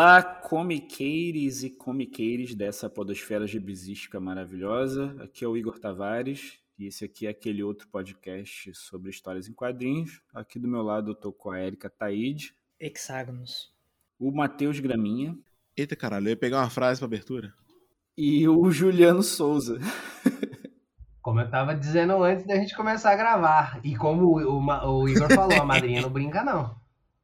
Olá, comiqueires e comiqueires dessa podosfera gibizística maravilhosa. Aqui é o Igor Tavares e esse aqui é aquele outro podcast sobre histórias em quadrinhos. Aqui do meu lado eu tô com a Érica Taide. Hexágonos. O Matheus Graminha. Eita caralho, eu ia pegar uma frase pra abertura. E o Juliano Souza. Como eu tava dizendo antes da gente começar a gravar. E como o Igor falou, a madrinha não brinca não.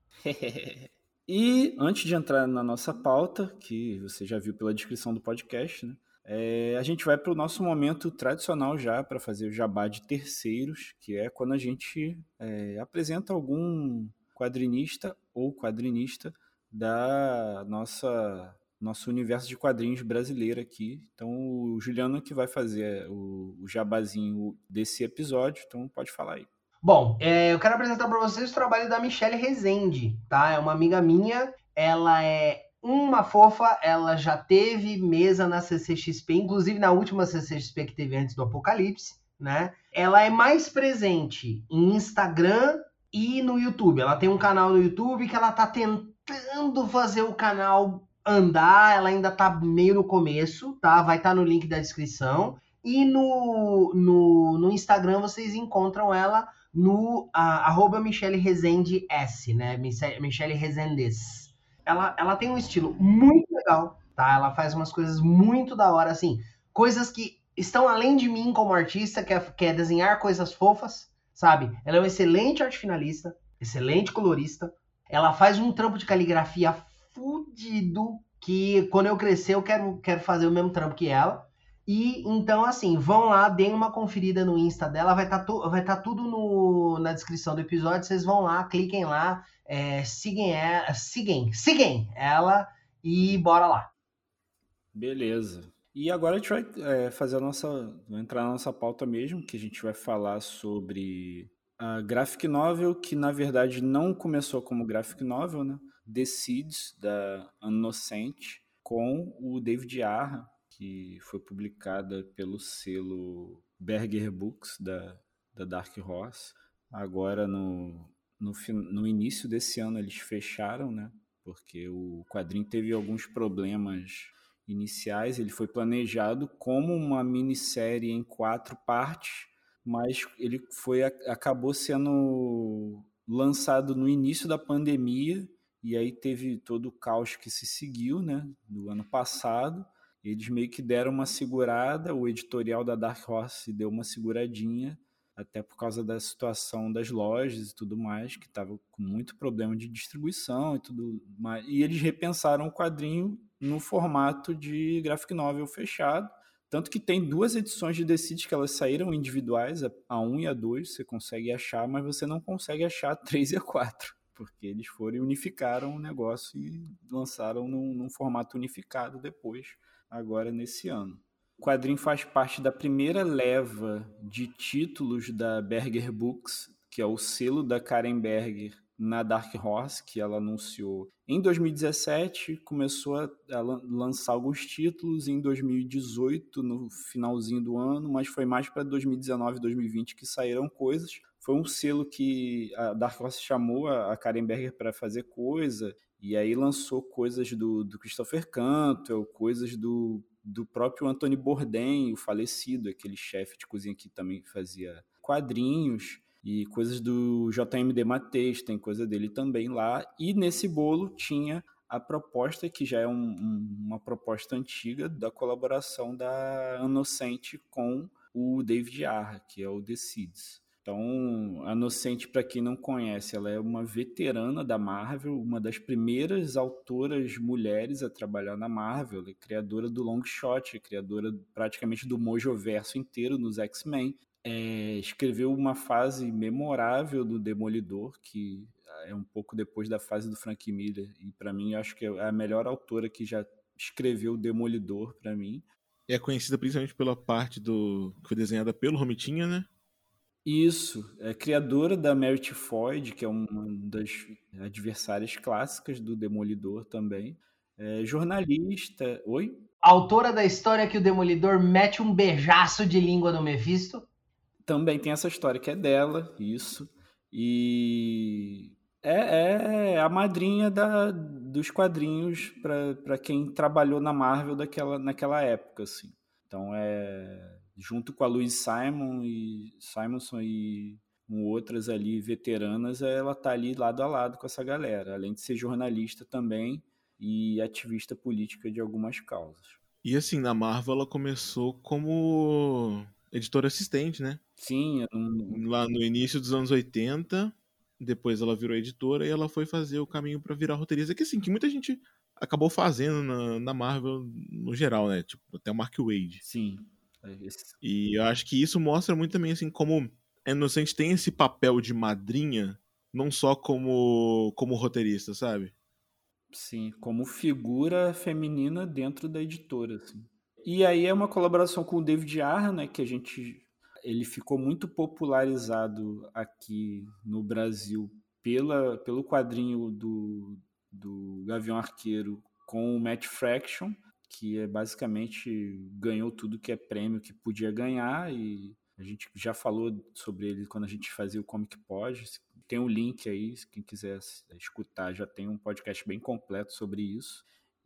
E antes de entrar na nossa pauta, que você já viu pela descrição do podcast, né? A gente vai para o nosso momento tradicional já para fazer o jabá de terceiros, que é quando a gente apresenta algum quadrinista ou quadrinista da nosso universo de quadrinhos brasileiro aqui. Então o Juliano que vai fazer o jabazinho desse episódio, então pode falar aí. Bom, eu quero apresentar para vocês o trabalho da Michelle Rezende, tá? É uma amiga minha, ela é uma fofa, ela já teve mesa na CCXP, inclusive na última CCXP que teve antes do Apocalipse, né? Ela é mais presente em Instagram e no YouTube. Ela tem um canal no YouTube que ela tá tentando fazer o canal andar, ela ainda tá meio no começo, tá? Vai estar no link da descrição. E no Instagram vocês encontram ela no @Michelle Rezende S, né? Michelle Rezendes. Ela tem um estilo muito legal, tá? Ela faz umas coisas muito da hora, assim, coisas que estão além de mim como artista, que é desenhar coisas fofas, sabe? Ela é uma excelente arte finalista, excelente colorista. Ela faz um trampo de caligrafia fudido, que quando eu crescer eu quero fazer o mesmo trampo que ela. E então, assim, vão lá, deem uma conferida no Insta dela, vai tá tudo na descrição do episódio, vocês vão lá, cliquem lá, sigam ela e bora lá. Beleza. E agora a gente vai vai entrar na nossa pauta mesmo, que a gente vai falar sobre a graphic novel, que na verdade não começou como graphic novel, né? The Seeds, da Inocente, com o David Arra, que foi publicada pelo selo Berger Books, da Dark Horse. Agora, no início desse ano, eles fecharam, né? Porque o quadrinho teve alguns problemas iniciais. Ele foi planejado como uma minissérie em 4 partes, mas ele acabou sendo lançado no início da pandemia, e aí teve todo o caos que se seguiu, né? Do ano passado. Eles meio que deram uma segurada, o editorial da Dark Horse deu uma seguradinha, até por causa da situação das lojas e tudo mais, que estava com muito problema de distribuição e tudo mais. E eles repensaram o quadrinho no formato de graphic novel fechado. Tanto que tem 2 edições de The Seeds que elas saíram individuais, a 1 e a 2, você consegue achar, mas você não consegue achar a 3 e a 4. Porque eles foram e unificaram o negócio e lançaram num formato unificado depois, agora nesse ano. O quadrinho faz parte da primeira leva de títulos da Berger Books, que é o selo da Karen Berger na Dark Horse, que ela anunciou em 2017, começou a lançar alguns títulos em 2018, no finalzinho do ano, mas foi mais para 2019 e 2020 que saíram coisas. Foi um selo que a Dark Horse chamou a Karen Berger para fazer coisa, e aí lançou coisas do Christopher Cantwell, coisas do próprio Anthony Bourdain, o falecido, aquele chefe de cozinha que também fazia quadrinhos, e coisas do J.M.D. Mattheis, tem coisa dele também lá. E nesse bolo tinha a proposta, que já é uma proposta antiga, da colaboração da Inocente com o David Arra, que é o The Seeds. Então, a Inocente, para quem não conhece, ela é uma veterana da Marvel, uma das primeiras autoras mulheres a trabalhar na Marvel, ela é criadora do Longshot, criadora praticamente do Mojoverso inteiro nos X-Men. Escreveu uma fase memorável do Demolidor, que é um pouco depois da fase do Frank Miller, e para mim acho que é a melhor autora que já escreveu o Demolidor para mim. É conhecida principalmente pela parte que foi desenhada pelo Romitinha, né? Isso, é criadora da Merit Floyd, que é uma das adversárias clássicas do Demolidor também. Jornalista. Oi? Autora da história que o Demolidor mete um beijaço de língua no Mephisto. Também tem essa história que é dela, isso. E É a madrinha dos quadrinhos para quem trabalhou na Marvel naquela época, assim. Então junto com a Louise Simonson e com outras ali veteranas, ela tá ali lado a lado com essa galera, além de ser jornalista também e ativista política de algumas causas. E assim, na Marvel ela começou como editora assistente, né? Sim, Lá no início dos anos 80, depois ela virou editora e ela foi fazer o caminho pra virar roteirista, que assim, que muita gente acabou fazendo na Marvel no geral, né? Tipo, até o Mark Waid. sim. E eu acho que isso mostra muito também, assim, como a Inocente tem esse papel de madrinha, não só como roteirista, sabe? Sim, como figura feminina dentro da editora, assim. E aí é uma colaboração com o David Arra, né, que ele ficou muito popularizado aqui no Brasil pelo quadrinho do Gavião Arqueiro com o Matt Fraction, que basicamente ganhou tudo que é prêmio que podia ganhar, e a gente já falou sobre ele quando a gente fazia o Comic Pod. Tem um link aí, se quem quiser escutar, já tem um podcast bem completo sobre isso.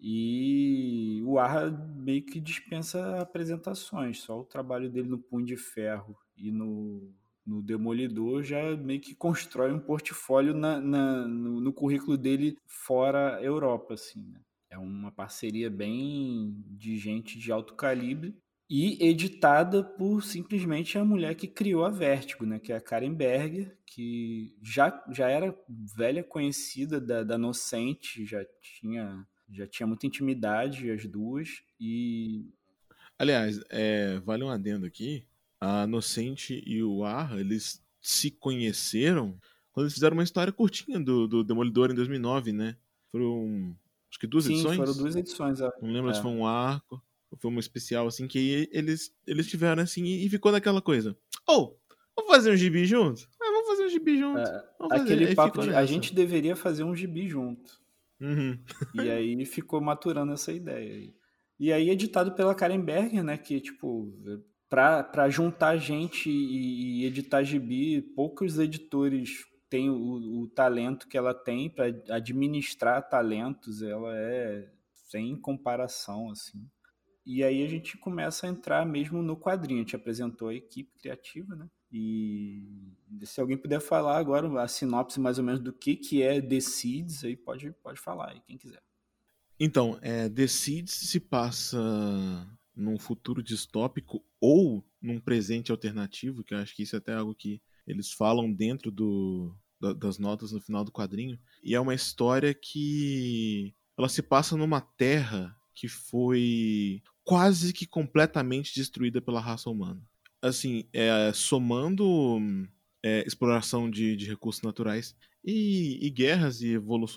E o Arra meio que dispensa apresentações, só o trabalho dele no Punho de Ferro e no Demolidor já meio que constrói um portfólio no currículo dele fora Europa, assim, né? É uma parceria bem de gente de alto calibre e editada por simplesmente a mulher que criou a Vertigo, né? Que é a Karen Berger, que já era velha conhecida da Nocente, já tinha muita intimidade as duas e Aliás, vale um adendo aqui. A Inocente e o Arra, eles se conheceram quando eles fizeram uma história curtinha do Demolidor em 2009, né? Foram, acho que 2 sim, foram edições. 2 edições. Não lembro se É. foi um arco ou foi uma especial, assim, que eles tiveram, assim, e ficou naquela coisa. Oh, vamos fazer um gibi junto? Vamos fazer um gibi junto. Vamos fazer. Aquele Aí papo ficou de a nessa. gente deveria fazer um gibi junto. Uhum. E aí ficou maturando essa ideia. E aí editado pela Karen Berger, né, que tipo, pra juntar gente e editar gibi, poucos editores têm o talento que ela tem para administrar talentos, ela é sem comparação, assim. E aí a gente começa a entrar mesmo no quadrinho. A gente apresentou a equipe criativa, né? E se alguém puder falar agora a sinopse mais ou menos do que é The Seeds, aí pode falar aí, quem quiser. Então, The Seeds se passa num futuro distópico ou num presente alternativo, que eu acho que isso é até algo que eles falam dentro das notas no final do quadrinho. E é uma história que ela se passa numa terra que foi quase que completamente destruída pela raça humana. Assim, somando exploração de recursos naturais e guerras e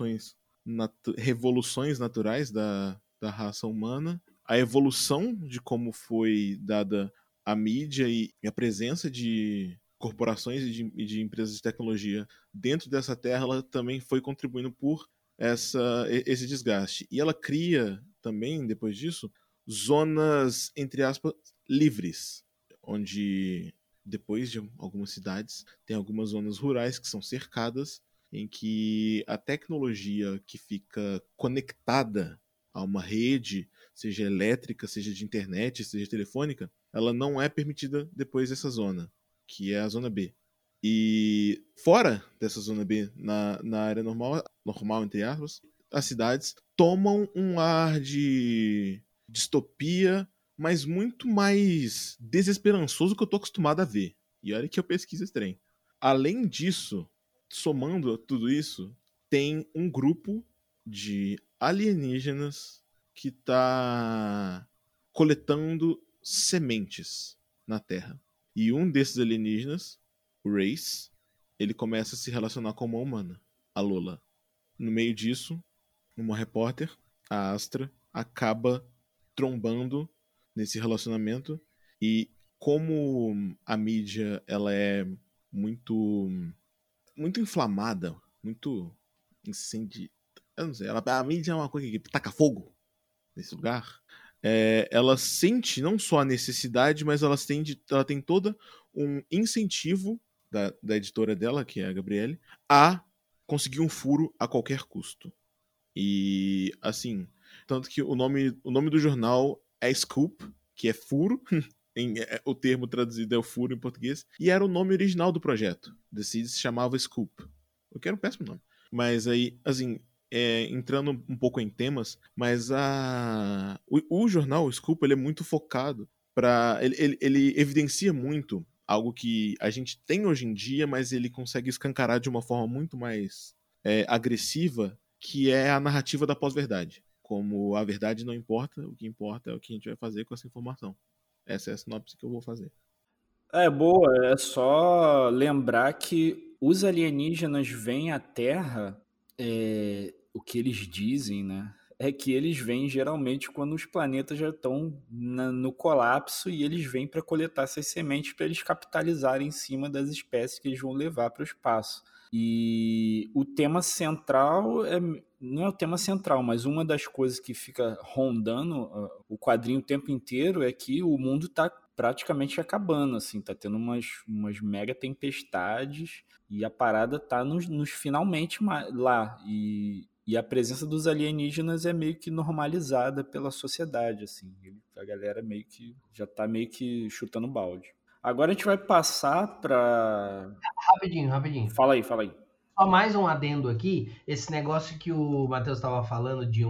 revoluções naturais da raça humana, a evolução de como foi dada a mídia e a presença de corporações e de empresas de tecnologia dentro dessa terra, ela também foi contribuindo por esse desgaste. E ela cria também, depois disso, zonas, entre aspas, livres, onde depois de algumas cidades tem algumas zonas rurais que são cercadas, em que a tecnologia que fica conectada a uma rede, seja elétrica, seja de internet, seja telefônica, ela não é permitida depois dessa zona, que é a zona B. E fora dessa zona B, na área normal entre aspas, as cidades tomam um ar de distopia, mas muito mais desesperançoso que eu tô acostumado a ver. E olha que eu pesquiso esse trem. Além disso, somando a tudo isso, tem um grupo de alienígenas que está coletando sementes na Terra. E um desses alienígenas, o Race, ele começa a se relacionar com uma humana, a Lola. No meio disso, uma repórter, a Astra, acaba trombando nesse relacionamento e como a mídia ela é muito muito inflamada, muito incendi... Eu não sei, a mídia é uma coisa que taca fogo nesse lugar. Ela sente não só a necessidade, mas ela tem todo um incentivo da editora dela, que é a Gabriele, a conseguir um furo a qualquer custo. E, assim, tanto que o nome do jornal é Scoop, que é furo, o termo traduzido é o furo em português, e era o nome original do projeto. The Seed se chamava Scoop, o que era um péssimo nome. Mas aí, assim, entrando um pouco em temas, mas o jornal, o Scoop, ele é muito focado ele evidencia muito algo que a gente tem hoje em dia, mas ele consegue escancarar de uma forma muito mais agressiva, que é a narrativa da pós-verdade. Como a verdade não importa, o que importa é o que a gente vai fazer com essa informação. Essa é a sinopse que eu vou fazer. Boa, é só lembrar que os alienígenas vêm à Terra, o que eles dizem, né? É que eles vêm geralmente quando os planetas já estão no colapso e eles vêm para coletar essas sementes para eles capitalizarem em cima das espécies que eles vão levar para o espaço. E o tema central não é o tema central, mas uma das coisas que fica rondando o quadrinho o tempo inteiro é que o mundo está praticamente acabando, assim, tá tendo umas mega tempestades e a parada tá nos finalmente lá. E a presença dos alienígenas é meio que normalizada pela sociedade, assim. A galera meio que já tá meio que chutando balde. Agora a gente vai passar pra... Rapidinho. Fala aí. Só mais um adendo aqui, esse negócio que o Matheus estava falando de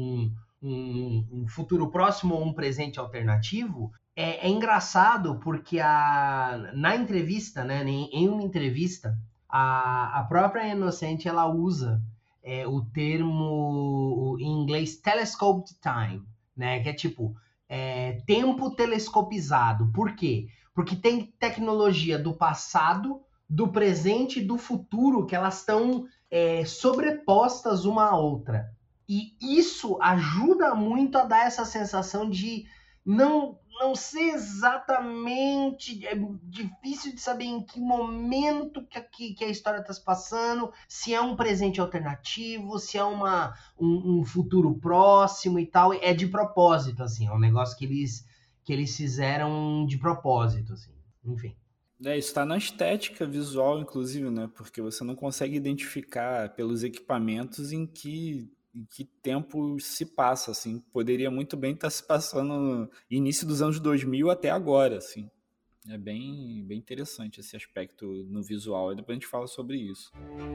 um futuro próximo ou um presente alternativo, é engraçado porque na entrevista, né, em uma entrevista, a própria Inocente, ela usa o termo em inglês telescoped time, né, que é tipo tempo telescopizado. Por quê? Porque tem tecnologia do passado, do presente e do futuro que elas estão sobrepostas uma à outra. E isso ajuda muito a dar essa sensação de não ser exatamente... É difícil de saber em que momento que a história está se passando, se é um presente alternativo, se é um futuro próximo e tal. É de propósito, assim. É um negócio que eles fizeram de propósito, assim. Enfim. Isso está na estética visual, inclusive, né? Porque você não consegue identificar pelos equipamentos em que tempo se passa, assim. Poderia muito bem estar se passando no início dos anos 2000 até agora, assim. É bem interessante esse aspecto no visual, e depois a gente fala sobre isso.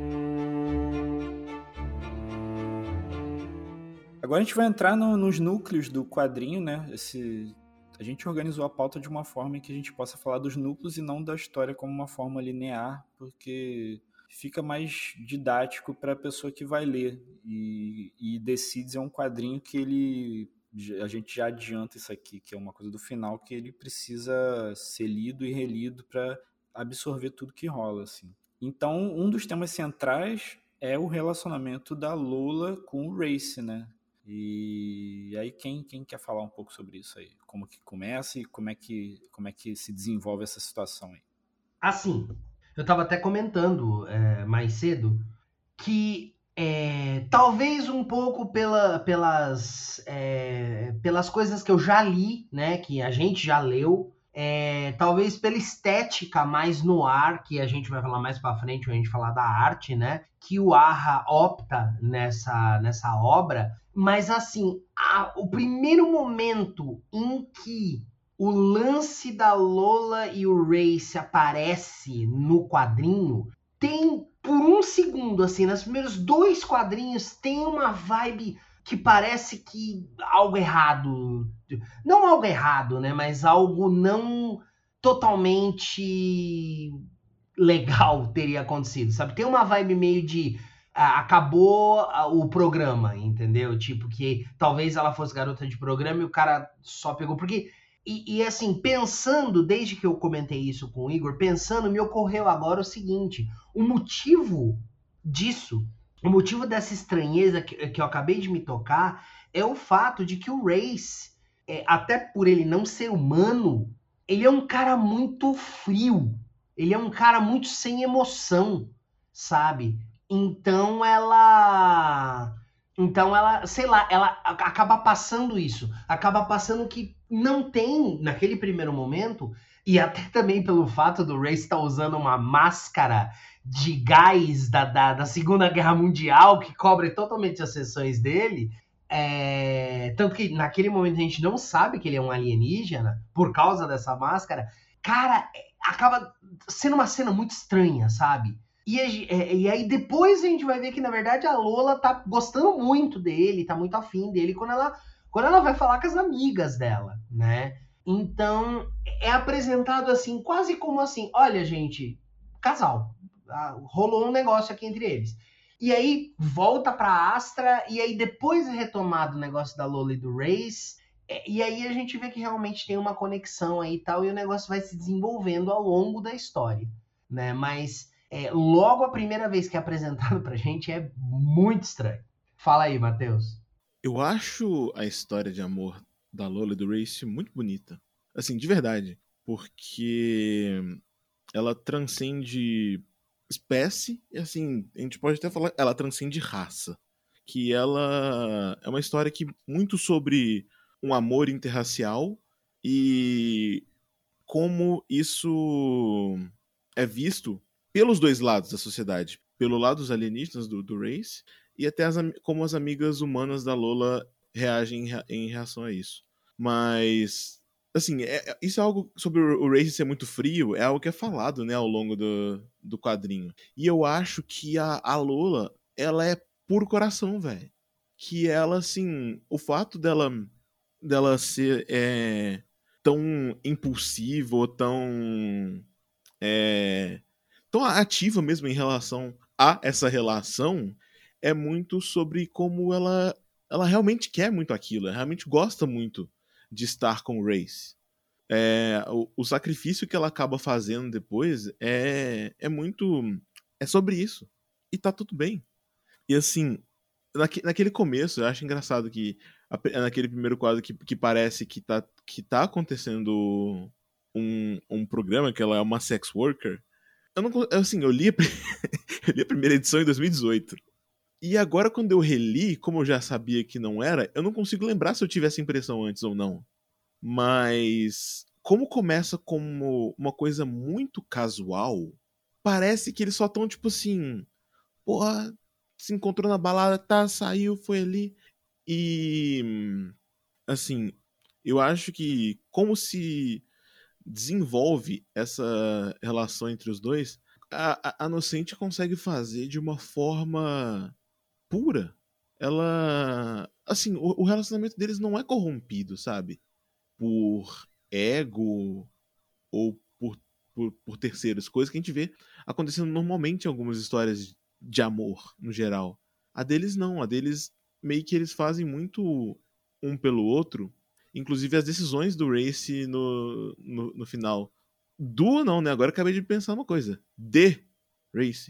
Agora a gente vai entrar nos núcleos do quadrinho, né? A gente organizou a pauta de uma forma em que a gente possa falar dos núcleos e não da história como uma forma linear, porque fica mais didático para a pessoa que vai ler. E Decides é um quadrinho que a gente já adianta isso aqui, que é uma coisa do final, que ele precisa ser lido e relido para absorver tudo que rola, assim. Então, um dos temas centrais é o relacionamento da Lola com o Race, né? E aí quem quer falar um pouco sobre isso aí? Como que começa e como é que se desenvolve essa situação aí? Assim, eu estava até comentando mais cedo que talvez um pouco pelas coisas que eu já li, né, que a gente já leu, talvez pela estética mais no ar, que a gente vai falar mais para frente, quando a gente falar da arte, né, que o Arra opta nessa obra. Mas assim, o primeiro momento em que o lance da Lola e o Race aparece no quadrinho, tem por um segundo, assim, nos primeiros 2 quadrinhos, tem uma vibe que parece que algo errado. Não algo errado, né? Mas algo não totalmente legal teria acontecido, sabe? Tem uma vibe meio de acabou o programa, entendeu? Tipo, que talvez ela fosse garota de programa e o cara só pegou. Porque, e assim, pensando, desde que eu comentei isso com o Igor, pensando, me ocorreu agora o seguinte: o motivo disso, o motivo dessa estranheza que eu acabei de me tocar, é o fato de que o Race, até por ele não ser humano, ele é um cara muito frio. Ele é um cara muito sem emoção, sabe? Então ela, sei lá, ela acaba passando isso. Acaba passando que não tem, naquele primeiro momento, E até também pelo fato do Race estar usando uma máscara de gás da Segunda Guerra Mundial que cobre totalmente as sessões dele. Tanto que naquele momento a gente não sabe que ele é um alienígena por causa dessa máscara. Cara, acaba sendo uma cena muito estranha, sabe? E aí depois a gente vai ver que, na verdade, a Lola tá gostando muito dele, tá muito afim dele quando ela vai falar com as amigas dela, né? Então, é apresentado assim, quase como assim, olha, gente, casal, rolou um negócio aqui entre eles. E aí volta pra Astra, e aí depois é retomado o negócio da Lola e do Race, e aí a gente vê que realmente tem uma conexão aí e tal, e o negócio vai se desenvolvendo ao longo da história, né? Mas logo a primeira vez que é apresentado pra gente é muito estranho. Fala aí, Matheus. Eu acho a história de amor da Lola e do Race muito bonita. Assim, de verdade. Porque ela transcende espécie, e assim, a gente pode até falar, ela transcende raça. Que ela é uma história que muito sobre um amor interracial e como isso é visto pelos dois lados da sociedade. Pelo lado dos alienígenas, do Race, e até como as amigas humanas da Lola reagem em reação a isso. Mas, assim, isso é algo sobre o Race ser muito frio, é algo que é falado, né, ao longo do quadrinho. E eu acho que a Lola, ela é puro coração, velho. Que ela, assim, o fato dela ser tão impulsiva ou tão ativa mesmo em relação a essa relação é muito sobre como ela realmente quer muito aquilo, ela realmente gosta muito de estar com o Race. O sacrifício que ela acaba fazendo depois é muito. É sobre isso. E tá tudo bem. E assim, naquele começo, eu acho engraçado que naquele primeiro quadro que parece que tá acontecendo um programa, que ela é uma sex worker. Eu não, assim, eu li eu li a primeira edição em 2018. E agora, quando eu reli, como eu já sabia que não era, eu não consigo lembrar se eu tive essa impressão antes ou não. Mas, como começa como uma coisa muito casual, parece que eles só estão tipo assim: porra, se encontrou na balada, tá, saiu, foi ali. E, assim, eu acho que como se desenvolve essa relação entre os dois, a Inocente consegue fazer de uma forma pura. Ela. Assim, o relacionamento deles não é corrompido, sabe? Por ego ou por terceiros. Coisas que a gente vê acontecendo normalmente em algumas histórias de amor, no geral. A deles não. A deles meio que eles fazem muito um pelo outro. Inclusive as decisões do Race no final. Do não, né? Agora eu acabei de pensar uma coisa. De Race.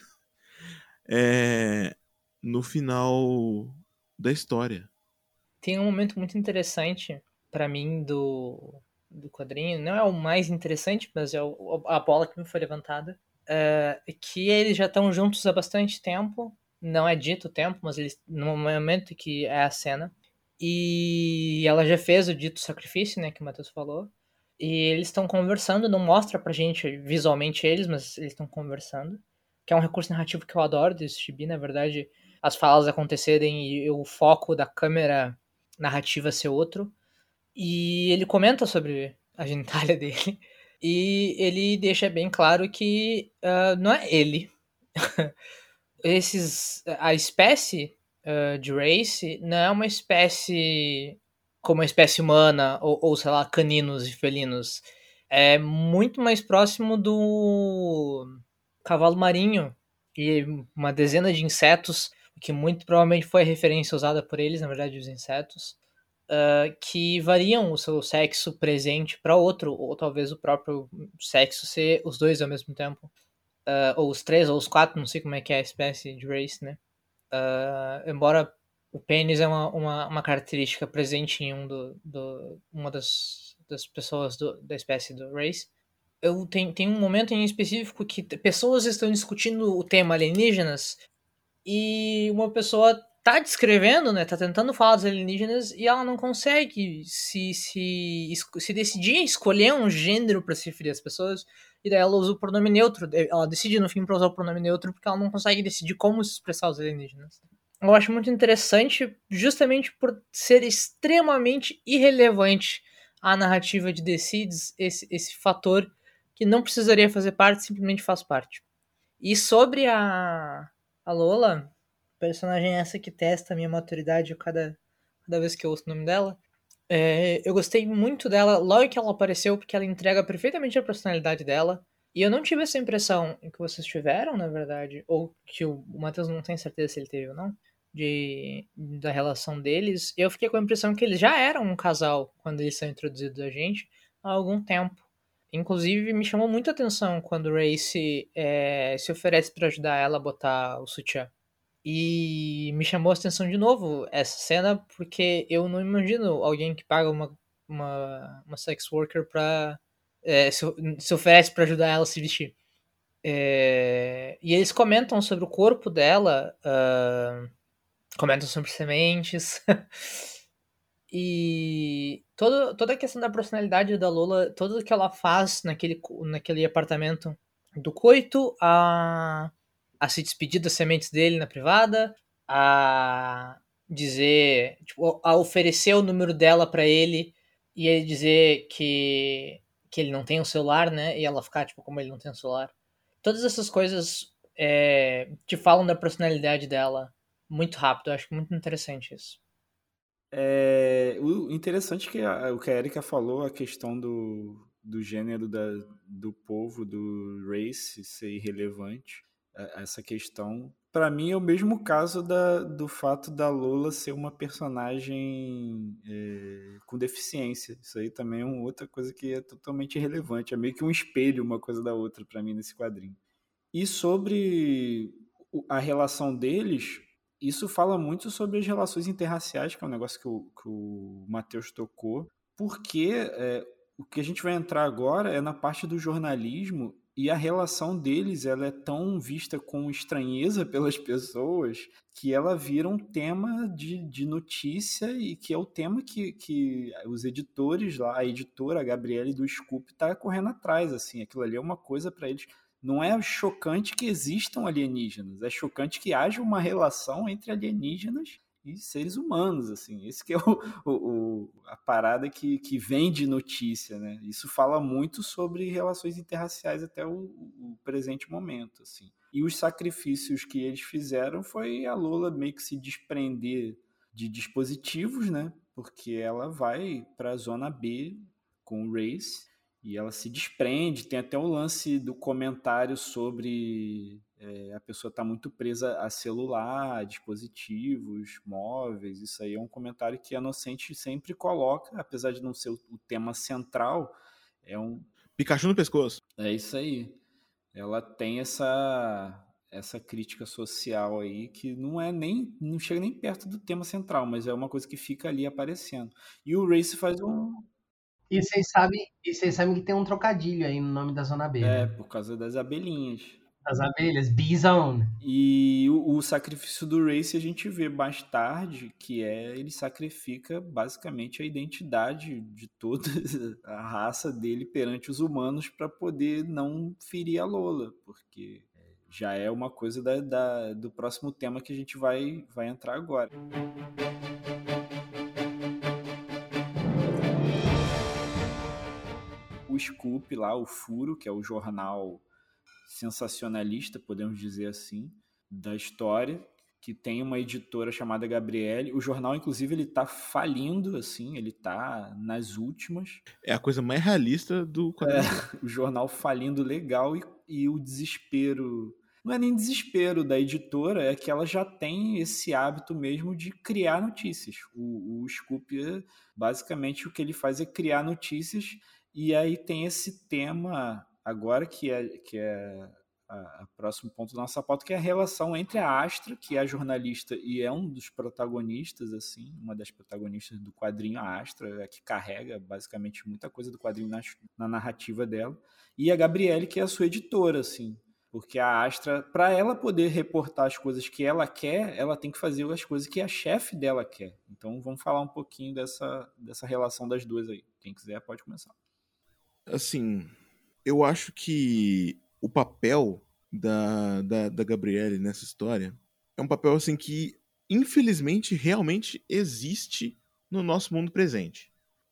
No final da história. Tem um momento muito interessante pra mim do quadrinho. Não é o mais interessante, mas é a bola que me foi levantada. Que eles já estão juntos há bastante tempo. Não é dito o tempo, mas eles no momento que é a cena. E ela já fez o dito sacrifício, né, que o Matheus falou. E eles estão conversando, não mostra pra gente visualmente eles, mas eles estão conversando. Que é um recurso narrativo que eu adoro desse gibi, na verdade. As falas acontecerem e o foco da câmera narrativa ser outro. E ele comenta sobre a genitália dele. E ele deixa bem claro que não é ele. A espécie de Race não é uma espécie como a espécie humana ou, sei lá, caninos e felinos. É muito mais próximo do cavalo marinho e uma dezena de insetos, que muito provavelmente foi a referência usada por eles, na verdade, os insetos, que variam o seu sexo presente para outro, ou talvez o próprio sexo ser os dois ao mesmo tempo. Ou os três, ou os quatro, não sei como é que é a espécie de Race, né? Embora o pênis é uma característica presente em uma das pessoas da espécie do Race. Tem um momento em específico que pessoas estão discutindo o tema alienígenas e uma pessoa tá descrevendo, né, tá tentando falar dos alienígenas e ela não consegue se decidir escolher um gênero para se referir às pessoas, e daí ela usa o pronome neutro, ela decide no fim pra usar o pronome neutro porque ela não consegue decidir como se expressar os alienígenas. Eu acho muito interessante justamente por ser extremamente irrelevante à narrativa de The Seeds, esse fator que não precisaria fazer parte, simplesmente faz parte. E sobre a Lola, personagem essa que testa a minha maturidade cada vez que eu ouço o nome dela, eu gostei muito dela logo que ela apareceu, porque ela entrega perfeitamente a personalidade dela. E eu não tive essa impressão que vocês tiveram, na verdade, ou que o Matheus não tem certeza se ele teve ou não, da relação deles. Eu fiquei com a impressão que eles já eram um casal quando eles são introduzidos a gente há algum tempo. Inclusive, me chamou muita atenção quando o Race se oferece para ajudar ela a botar o sutiã. E me chamou a atenção de novo essa cena, porque eu não imagino alguém que paga uma sex worker pra. Se oferece para ajudar ela a se vestir. E eles comentam sobre o corpo dela, comentam sobre sementes. E toda a questão da personalidade da Lola, tudo que ela faz naquele apartamento do coito, a se despedir das sementes dele na privada, a dizer, tipo, a oferecer o número dela pra ele e ele dizer que ele não tem um celular, né? E ela ficar, tipo, como ele não tem um celular. Todas essas coisas te falam da personalidade dela muito rápido. Eu acho muito interessante isso. O interessante é que o que a Erika falou, a questão do gênero do povo, do race ser irrelevante, essa questão, para mim é o mesmo caso do fato da Lola ser uma personagem com deficiência. Isso aí também é uma outra coisa que é totalmente irrelevante, é meio que um espelho uma coisa da outra para mim nesse quadrinho. E sobre a relação deles, isso fala muito sobre as relações interraciais, que é um negócio que o Matheus tocou, porque o que a gente vai entrar agora é na parte do jornalismo e a relação deles ela é tão vista com estranheza pelas pessoas que ela vira um tema de notícia e que é o tema que os editores lá, a editora, a Gabriele do Scoop, tá correndo atrás, assim, aquilo ali é uma coisa para eles. Não é chocante que existam alienígenas, é chocante que haja uma relação entre alienígenas e seres humanos, assim. Esse que é a parada que vende notícia, né? Isso fala muito sobre relações interraciais até o presente momento, assim. E os sacrifícios que eles fizeram foi a Lola meio que se desprender de dispositivos, né? Porque ela vai para a zona B com o Race e ela se desprende. Tem até o lance do comentário sobre a pessoa estar muito presa a celular, a dispositivos móveis. Isso aí é um comentário que a Inocente sempre coloca, apesar de não ser o tema central. É um Pikachu no pescoço. É isso aí. Ela tem essa crítica social aí que não chega nem perto do tema central, mas é uma coisa que fica ali aparecendo. E o Race faz E vocês sabem que tem um trocadilho aí no nome da Zona B, né? por causa das abelhinhas. Das abelhas, B-Zone. E o sacrifício do Race a gente vê mais tarde, que ele sacrifica basicamente a identidade de toda a raça dele perante os humanos para poder não ferir a Lola, porque já é uma coisa do próximo tema que a gente vai entrar agora. O Scoop lá, o Furo, que é o jornal sensacionalista, podemos dizer assim, da história, que tem uma editora chamada Gabriele. O jornal, inclusive, ele tá falindo, assim, ele tá nas últimas. É a coisa mais realista do quadrinho. O jornal falindo legal e o desespero... Não é nem desespero da editora, é que ela já tem esse hábito mesmo de criar notícias. O Scoop, basicamente, o que ele faz é criar notícias, e aí tem esse tema agora que é o próximo ponto da nossa pauta, que é a relação entre a Astra, que é a jornalista e é um dos protagonistas, assim, uma das protagonistas do quadrinho, a Astra, é que carrega basicamente muita coisa do quadrinho na narrativa dela, e a Gabriele, que é a sua editora, assim. Porque a Astra, para ela poder reportar as coisas que ela quer, ela tem que fazer as coisas que a chefe dela quer. Então vamos falar um pouquinho dessa relação das duas aí. Quem quiser pode começar. Assim, eu acho que o papel da Gabrielle nessa história é um papel assim que, infelizmente, realmente existe no nosso mundo presente.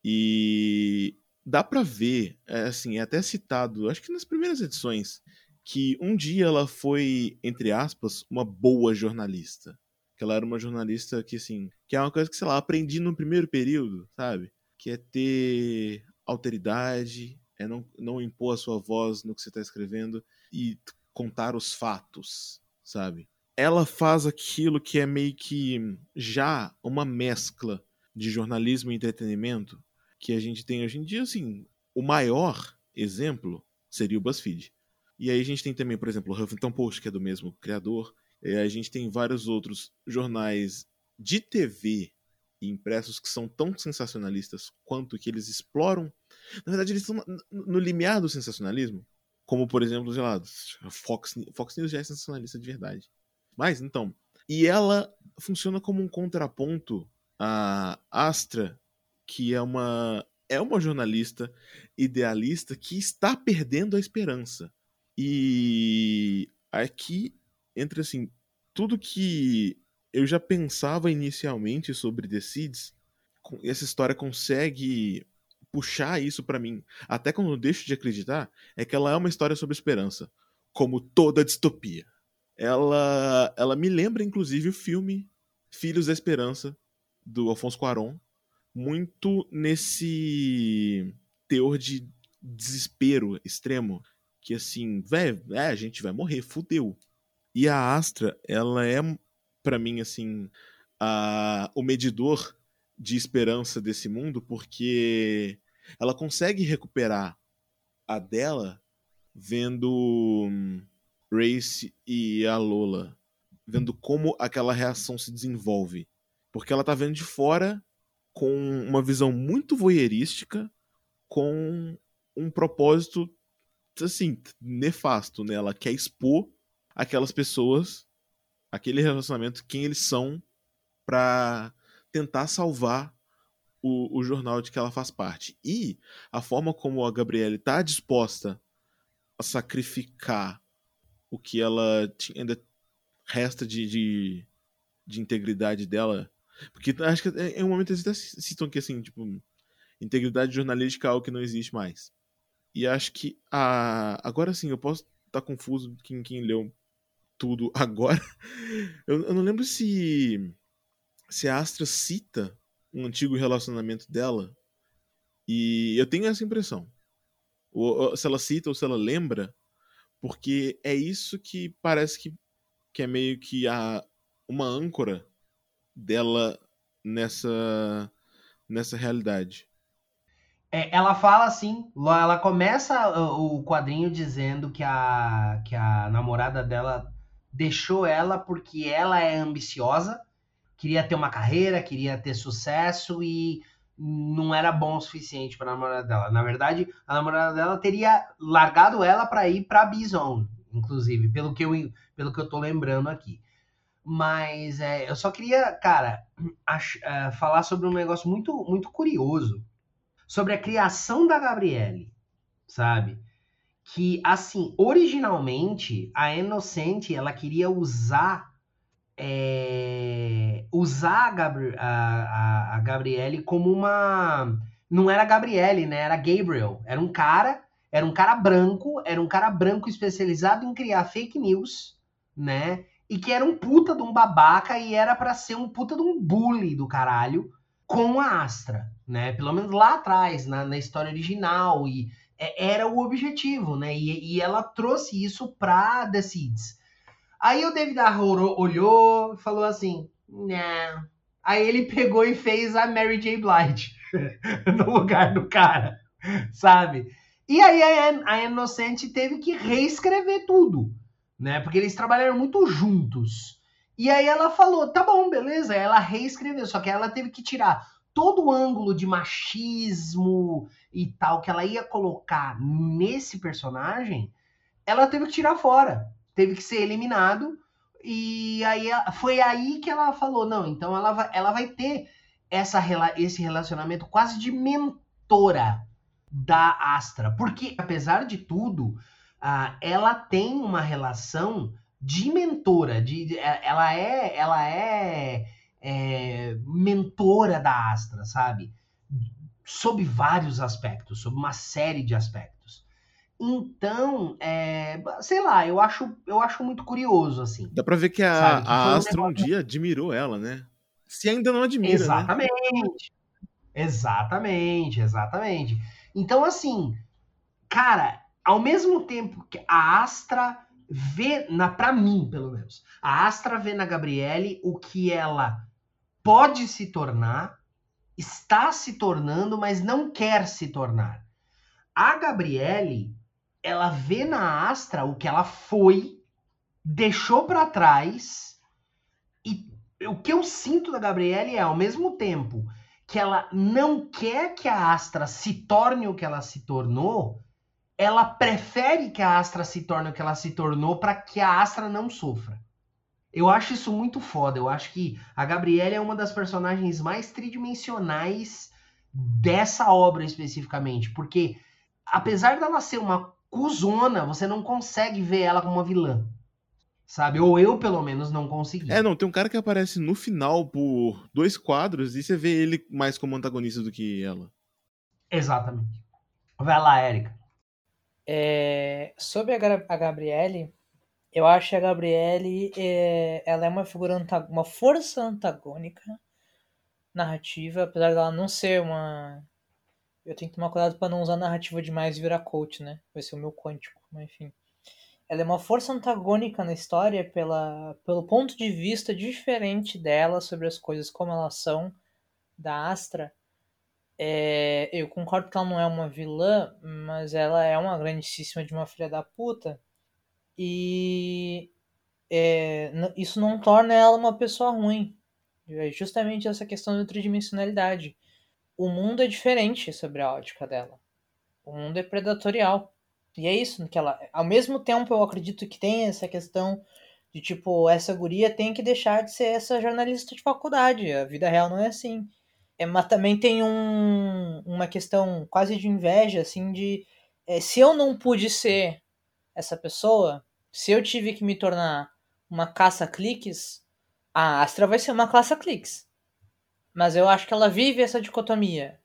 E dá pra ver, assim, é até citado, acho que nas primeiras edições, que um dia ela foi, entre aspas, uma boa jornalista. Que ela era uma jornalista que, assim, que é uma coisa que, sei lá, aprendi no primeiro período, sabe? Que é ter alteridade, é não impor a sua voz no que você tá escrevendo e contar os fatos, sabe? Ela faz aquilo que é meio que já uma mescla de jornalismo e entretenimento que a gente tem hoje em dia, assim, o maior exemplo seria o BuzzFeed. E aí a gente tem também, por exemplo, o Huffington Post, que é do mesmo criador. E a gente tem vários outros jornais de TV e impressos que são tão sensacionalistas quanto que eles exploram. Na verdade, eles estão no limiar do sensacionalismo. Como, por exemplo, sei lá, Fox News já é sensacionalista de verdade. Mas, então... E ela funciona como um contraponto à Astra, que é uma jornalista idealista que está perdendo a esperança. E aqui entra assim, tudo que eu já pensava inicialmente sobre The Seeds, essa história consegue puxar isso pra mim. Até quando eu deixo de acreditar, é que ela é uma história sobre esperança, como toda distopia. Ela me lembra inclusive o filme Filhos da Esperança do Alfonso Cuarón, muito nesse teor de desespero extremo, que assim, velho, a gente vai morrer, fudeu. E a Astra, ela é, pra mim, assim, o medidor de esperança desse mundo, porque ela consegue recuperar a dela vendo Race e a Lola, vendo como aquela reação se desenvolve. Porque ela tá vendo de fora com uma visão muito voyeurística, com um propósito, assim, nefasto, né? Ela quer expor aquelas pessoas, aquele relacionamento, quem eles são, pra tentar salvar o jornal de que ela faz parte. E a forma como a Gabrielle tá disposta a sacrificar o que ela ainda resta de integridade dela. Porque acho que em um momento eles até citam que, assim, tipo, integridade jornalística é algo que não existe mais. E acho que agora sim, eu posso estar confuso quem leu tudo agora. Eu não lembro se a Astra cita um antigo relacionamento dela. E eu tenho essa impressão. Ou se ela cita ou se ela lembra, porque é isso que parece que é meio que uma âncora dela nessa realidade. Ela fala assim, ela começa o quadrinho dizendo que a namorada dela deixou ela porque ela é ambiciosa, queria ter uma carreira, queria ter sucesso e não era bom o suficiente para a namorada dela. Na verdade, a namorada dela teria largado ela para ir para Bison, inclusive, pelo que eu tô lembrando aqui. Mas eu só queria, cara, falar sobre um negócio muito, muito curioso sobre a criação da Gabrielle, sabe? Que, assim, originalmente, a Inocente, ela queria usar a Gabrielle como uma... Não era Gabrielle, né? Era Gabriel. Era um cara branco especializado em criar fake news, né? E que era um puta de um babaca e era pra ser um puta de um bully do caralho com a Astra, né? Pelo menos lá atrás, na história original, e era o objetivo, né? E ela trouxe isso pra The Seeds. Aí o David Arrow olhou e falou assim, não. Aí ele pegou e fez a Mary J. Blige no lugar do cara, sabe? E aí a Inocente teve que reescrever tudo, né? Porque eles trabalharam muito juntos. E aí ela falou, tá bom, beleza. Ela reescreveu, só que ela teve que tirar todo o ângulo de machismo e tal que ela ia colocar nesse personagem ela teve que tirar fora, teve que ser eliminado, e aí foi aí que ela falou, não, então ela vai ter esse relacionamento quase de mentora da Astra, porque apesar de tudo, ela tem uma relação de mentora, ela é mentora da Astra, sabe? Sob vários aspectos, sob uma série de aspectos. Então, sei lá, eu acho muito curioso, assim. Dá pra ver que Sabe? Que foi a um Astra um negócio. dia admirou ela, né? Se ainda não admira, né? Exatamente, exatamente, exatamente. Então, assim, cara, ao mesmo tempo que a Astra vê, pra mim, pelo menos, a Astra vê na Gabriele o que ela pode se tornar, está se tornando, mas não quer se tornar. A Gabriele, ela vê na Astra o que ela foi, deixou para trás, e o que eu sinto da Gabriele é, ao mesmo tempo que ela não quer que a Astra se torne o que ela se tornou, ela prefere que a Astra se torne o que ela se tornou para que a Astra não sofra. Eu acho isso muito foda. Eu acho que a Gabriele é uma das personagens mais tridimensionais dessa obra especificamente, porque apesar dela ser uma cuzona, você não consegue ver ela como uma vilã, sabe? Ou eu, pelo menos, não consegui. Não, tem um cara que aparece no final por 2 quadros e você vê ele mais como antagonista do que ela. Exatamente. Vai lá, Érica. Sobre a Gabriele, eu acho que a Gabriele ela é uma figura, uma força antagônica narrativa, apesar dela não ser uma. Eu tenho que tomar cuidado para não usar narrativa demais e virar coach, né? Vai ser o meu quântico, mas enfim. Ela é uma força antagônica na história pelo ponto de vista diferente dela sobre as coisas como elas são, da Astra. Eu concordo que ela não é uma vilã, mas ela é uma grandíssima de uma filha da puta. E isso não torna ela uma pessoa ruim. É justamente essa questão da tridimensionalidade. O mundo é diferente sobre a ótica dela. O mundo é predatorial. E é isso que ela. Ao mesmo tempo, eu acredito que tem essa questão de tipo, essa guria tem que deixar de ser essa jornalista de faculdade. A vida real não é assim. Mas também tem uma questão quase de inveja, assim, de se eu não pude ser essa pessoa, se eu tive que me tornar uma caça-cliques, a Astra vai ser uma caça-cliques. Mas eu acho que ela vive essa dicotomia.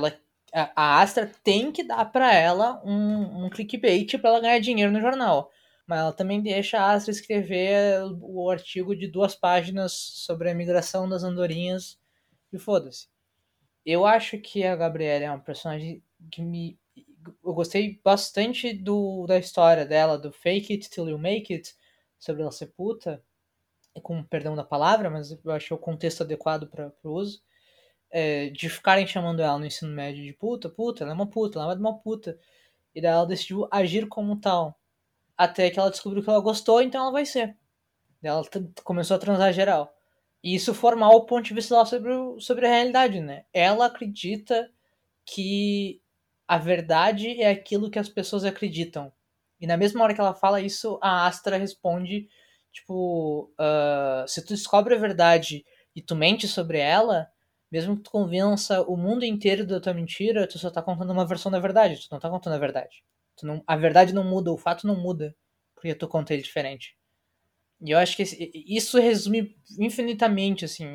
A Astra tem que dar pra ela um clickbait pra ela ganhar dinheiro no jornal. Mas ela também deixa a Astra escrever o artigo de 2 páginas sobre a migração das andorinhas e foda-se. Eu acho que a Gabriela é uma personagem que eu gostei bastante da história dela, do Fake It Till You Make It, sobre ela ser puta, com perdão da palavra, mas eu achei o contexto adequado para o uso. De ficarem chamando ela no ensino médio de puta, ela é uma puta, ela é uma puta. E daí ela decidiu agir como tal. Até que ela descobriu que ela gostou, então ela vai ser. Daí ela começou a transar geral. E isso formar o ponto de vista dela sobre a realidade, né? Ela acredita que a verdade é aquilo que as pessoas acreditam. E na mesma hora que ela fala isso, a Astra responde, tipo, se tu descobre a verdade e tu mente sobre ela, mesmo que tu convença o mundo inteiro da tua mentira, tu só tá contando uma versão da verdade, tu não tá contando a verdade. A verdade não muda, o fato não muda, porque tu conta ele diferente. E eu acho que isso resume infinitamente, assim,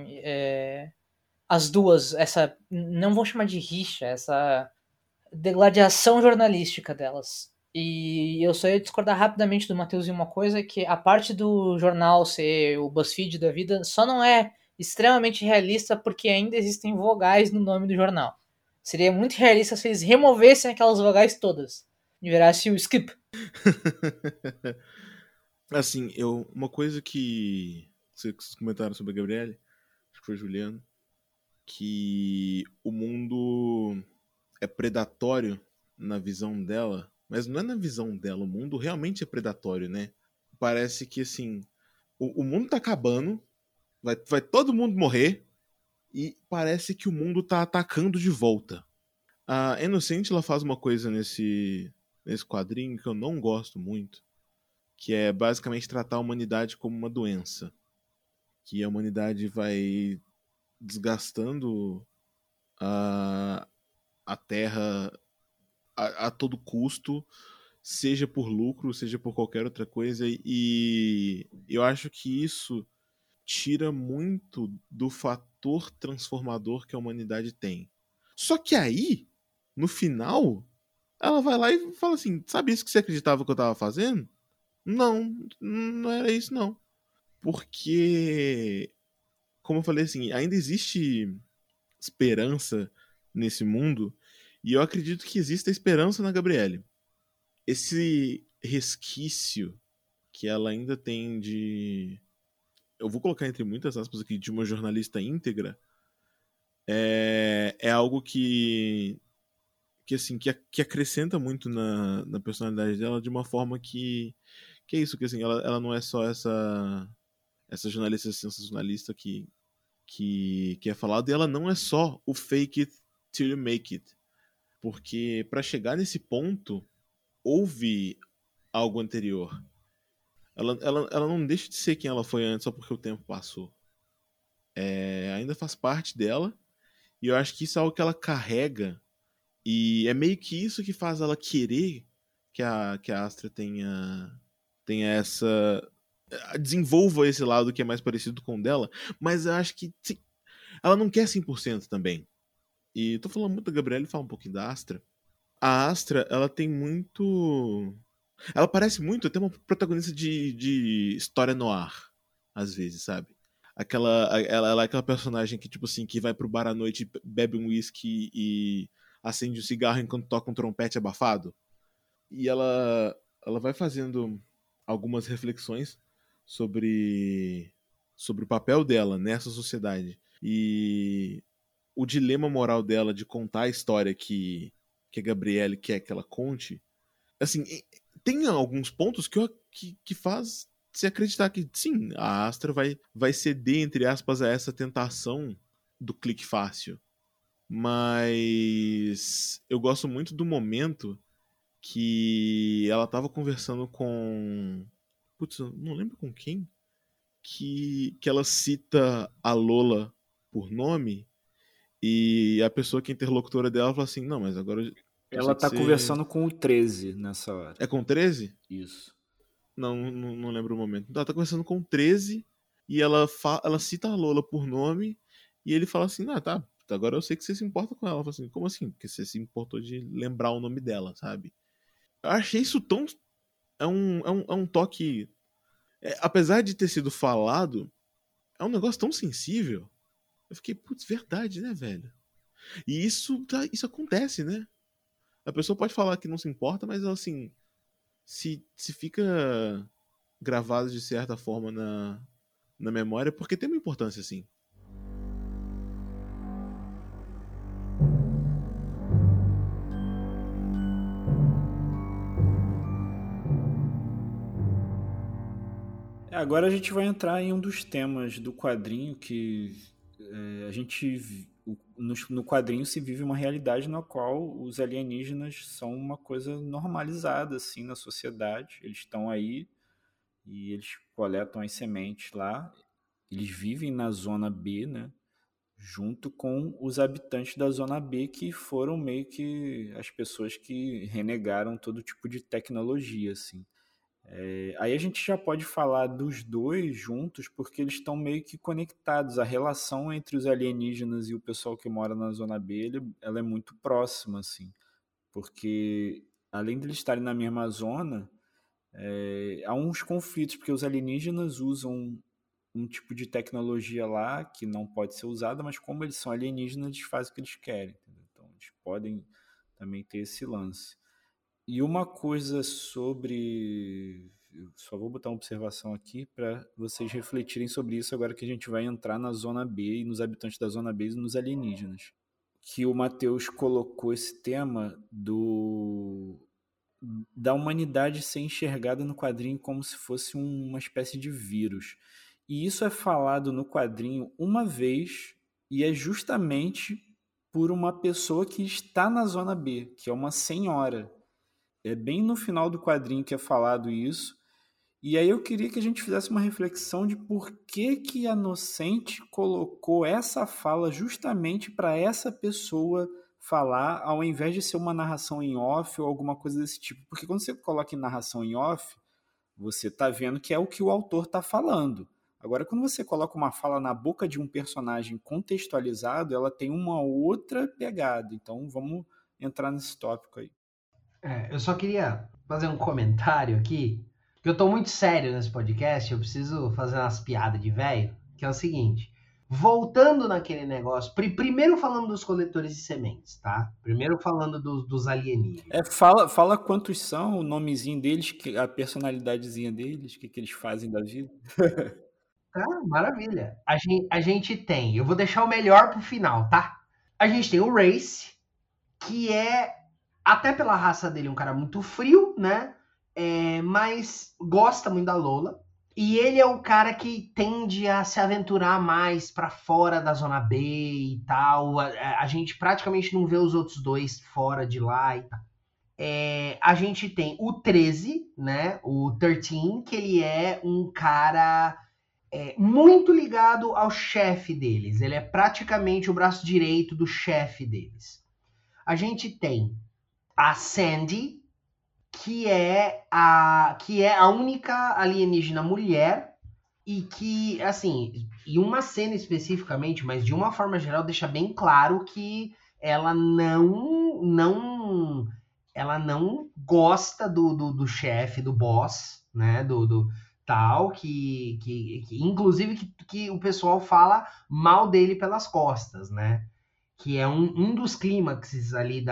as duas, não vou chamar de rixa, essa degladiação jornalística delas. E eu só ia discordar rapidamente do Matheus em uma coisa, que a parte do jornal ser o BuzzFeed da vida só não é extremamente realista porque ainda existem vogais no nome do jornal. Seria muito realista se eles removessem aquelas vogais todas e virasse o skip. Assim, uma coisa que vocês comentaram sobre a Gabriele, acho que foi o Juliano, que o mundo é predatório na visão dela, mas não é na visão dela, o mundo realmente é predatório, né? Parece que, assim, o mundo tá acabando, vai todo mundo morrer, e parece que o mundo tá atacando de volta. A Inocente, ela faz uma coisa nesse quadrinho que eu não gosto muito, que é basicamente tratar a humanidade como uma doença. Que a humanidade vai desgastando a Terra a todo custo, seja por lucro, seja por qualquer outra coisa, e eu acho que isso tira muito do fator transformador que a humanidade tem. Só que aí, no final, ela vai lá e fala assim: sabe isso que você acreditava que eu tava fazendo? Não, não era isso não. Porque, como eu falei assim, ainda existe esperança nesse mundo, e eu acredito que exista esperança na Gabriele. Esse resquício que ela ainda tem de, eu vou colocar entre muitas aspas aqui, de uma jornalista íntegra, é algo que assim, que acrescenta muito na personalidade dela de uma forma que é isso, que assim, ela não é só essa jornalista sensacionalista que é falado, e ela não é só o fake it till you make it. Porque para chegar nesse ponto, houve algo anterior. Ela não deixa de ser quem ela foi antes só porque o tempo passou. Ainda faz parte dela, e eu acho que isso é algo que ela carrega, e é meio que isso que faz ela querer que a Astra tenha essa. Desenvolva esse lado que é mais parecido com o dela, mas eu acho que sim, ela não quer 100% também. E tô falando muito da Gabriela, fala um pouquinho da Astra. A Astra, ela tem muito. Ela parece muito até uma protagonista de história noir, às vezes, sabe? Ela é aquela personagem que, tipo assim, que vai pro bar à noite, bebe um whisky e acende um cigarro enquanto toca um trompete abafado. E ela vai fazendo algumas reflexões sobre o papel dela nessa sociedade. E o dilema moral dela de contar a história que a Gabriele quer que ela conte, assim, tem alguns pontos que faz se acreditar que sim, a Astra vai ceder, entre aspas, a essa tentação do clique fácil. Mas eu gosto muito do momento que ela tava conversando com. Putz, eu não lembro com quem. Que ela cita a Lola por nome. E a pessoa que é interlocutora dela fala assim: não, mas agora eu sei Ela que tá você. conversando com o 13 nessa hora. É com 13? Isso. Não lembro o momento. Ela tá conversando com 13 e ela cita a Lola por nome. E ele fala assim: ah, tá. Agora eu sei que você se importa com ela. Ela fala assim: como assim? Porque você se importou de lembrar o nome dela, sabe? Eu achei isso tão. É um toque. Apesar de ter sido falado, é um negócio tão sensível. Eu fiquei, putz, verdade, né, velho? E isso acontece, né? A pessoa pode falar que não se importa, mas assim, se fica gravado de certa forma na memória, porque tem uma importância, assim. Agora a gente vai entrar em um dos temas do quadrinho que a gente no quadrinho se vive uma realidade na qual os alienígenas são uma coisa normalizada assim na sociedade. Eles estão aí e eles coletam as sementes lá. Eles vivem na zona B, né? Junto com os habitantes da zona B, que foram meio que as pessoas que renegaram todo tipo de tecnologia, assim. Aí a gente já pode falar dos dois juntos, porque eles estão meio que conectados. A relação entre os alienígenas e o pessoal que mora na zona B, ela é muito próxima, assim. Porque além de eles estarem na mesma zona, há uns conflitos, porque os alienígenas usam um tipo de tecnologia lá que não pode ser usada, mas como eles são alienígenas, eles fazem o que eles querem. Entendeu? Então eles podem também ter esse lance. E uma coisa sobre. Eu só vou botar uma observação aqui para vocês refletirem sobre isso agora que a gente vai entrar na Zona B e nos habitantes da Zona B e nos alienígenas. Que o Matheus colocou esse tema da humanidade ser enxergada no quadrinho como se fosse uma espécie de vírus. E isso é falado no quadrinho uma vez, e é justamente por uma pessoa que está na Zona B, que é uma senhora. É bem no final do quadrinho que é falado isso, E aí eu queria que a gente fizesse uma reflexão de por que a Nocente colocou essa fala justamente para essa pessoa falar, ao invés de ser uma narração em off ou alguma coisa desse tipo. Porque quando você coloca em narração em off, você está vendo que é o que o autor está falando. Agora, quando você coloca uma fala na boca de um personagem contextualizado, ela tem uma outra pegada. Então, vamos entrar nesse tópico aí. Eu só queria fazer um comentário aqui, porque eu tô muito sério nesse podcast, eu preciso fazer umas piadas de velho, que é o seguinte. Voltando naquele negócio, primeiro falando dos coletores de sementes, tá? Primeiro falando dos alienígenas. Fala quantos são, o nomezinho deles, a personalidadezinha deles, o que eles fazem da vida. Tá, maravilha. A gente tem, eu vou deixar o melhor pro final, tá? A gente tem o Race, que é, até pela raça dele, um cara muito frio, né? Mas gosta muito da Lola. E ele é o cara que tende a se aventurar mais pra fora da zona B e tal. A gente praticamente não vê os outros dois fora de lá e tal. A gente tem o 13, né? O 13, que ele é um cara muito ligado ao chefe deles. Ele é praticamente o braço direito do chefe deles. A gente tem a Sandy, que é a única alienígena mulher e que, assim, em uma cena especificamente, mas de uma forma geral, deixa bem claro que ela não gosta do chefe, do boss, né, do tal, que inclusive que o pessoal fala mal dele pelas costas, né? Que é um dos clímaxes ali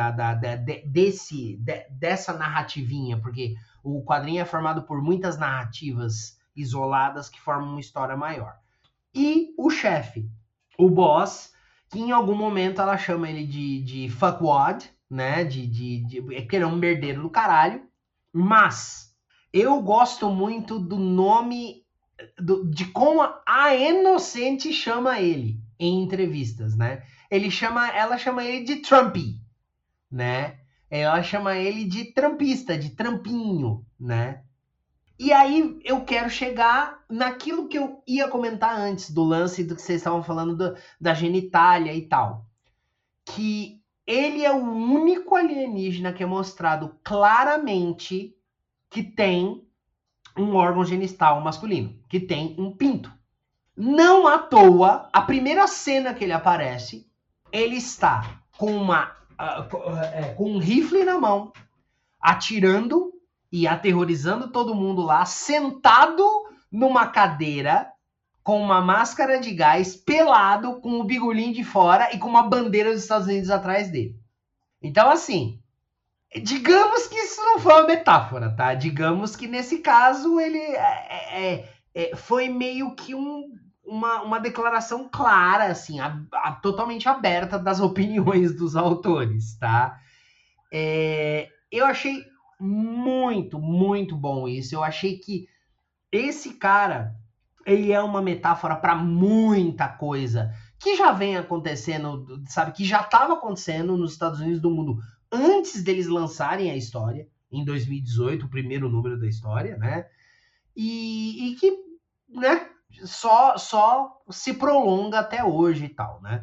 dessa narrativinha, porque o quadrinho é formado por muitas narrativas isoladas que formam uma história maior. E o chefe, o boss, que em algum momento ela chama ele de fuckwad, né? Porque ele é um merdeiro do caralho. Mas eu gosto muito do nome, de como a Inocente chama ele em entrevistas, né? Ela chama ele de Trumpy, né? Ela chama ele de trampista, de trampinho, né? E aí eu quero chegar naquilo que eu ia comentar antes, do lance do que vocês estavam falando da genitália e tal. Que ele é o único alienígena que é mostrado claramente que tem um órgão genital masculino, que tem um pinto. Não à toa, a primeira cena que ele aparece, ele está com com um rifle na mão, atirando e aterrorizando todo mundo lá, sentado numa cadeira, com uma máscara de gás, pelado, com o bigolim de fora e com uma bandeira dos Estados Unidos atrás dele. Então, assim, digamos que isso não foi uma metáfora, tá? Digamos que nesse caso ele foi meio que uma declaração clara, assim, totalmente aberta das opiniões dos autores, tá? Eu achei muito, muito bom isso. Eu achei que esse cara, ele é uma metáfora para muita coisa que já vem acontecendo, sabe? Que já estava acontecendo nos Estados Unidos do mundo antes deles lançarem a história, em 2018, o primeiro número da história, né? E que, né, só se prolonga até hoje e tal, né?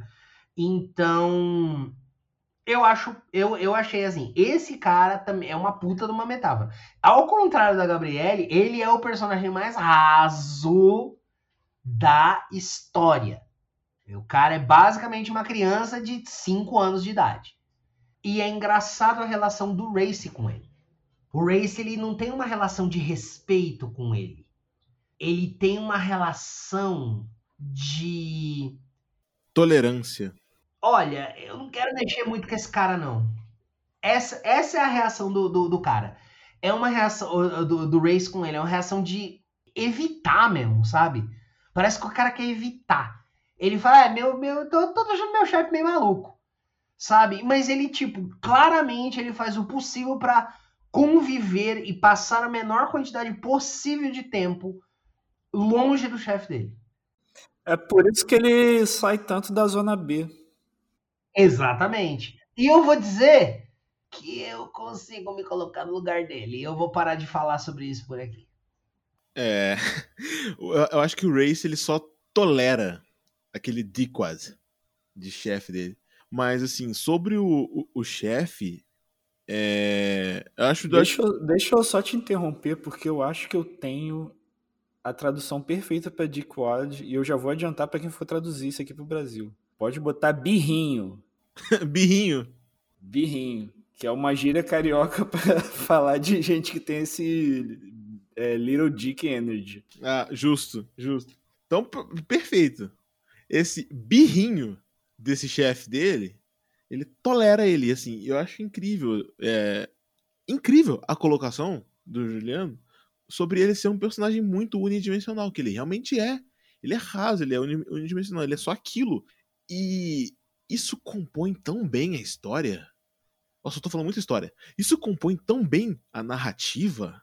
Então, eu achei assim, esse cara também é uma puta de uma metáfora. Ao contrário da Gabriele, ele é o personagem mais raso da história. O cara é basicamente uma criança de 5 anos de idade. E é engraçado a relação do Race com ele. O Race, ele não tem uma relação de respeito com ele. Ele tem uma relação de tolerância. Olha, eu não quero mexer muito com esse cara, não. Essa é a reação do cara. É uma reação do Race com ele. É uma reação de evitar mesmo, sabe? Parece que o cara quer evitar. Ele fala, tô deixando meu chefe meio maluco. Sabe? Mas ele, tipo, claramente ele faz o possível pra conviver e passar a menor quantidade possível de tempo longe do chefe dele. É por isso que ele sai tanto da zona B. Exatamente. E eu vou dizer que eu consigo me colocar no lugar dele. E eu vou parar de falar sobre isso por aqui. É. Eu acho que o Race ele só tolera aquele Dickwad de chefe dele. Mas, assim, sobre o chefe, eu acho. Deixa eu só te interromper, porque eu acho que eu tenho a tradução perfeita para Dickwad e eu já vou adiantar para quem for traduzir isso aqui pro Brasil. Pode botar birrinho. Birrinho. Birrinho, que é uma gíria carioca para falar de gente que tem esse little dick energy. Ah, justo. Então, perfeito. Esse birrinho desse chefe dele, ele tolera ele, assim. Eu acho incrível. Incrível a colocação do Juliano sobre ele ser um personagem muito unidimensional, que ele realmente é. Ele é raso, ele é unidimensional, ele é só aquilo. E isso compõe tão bem a história. Nossa, eu tô falando muita história. Isso compõe tão bem a narrativa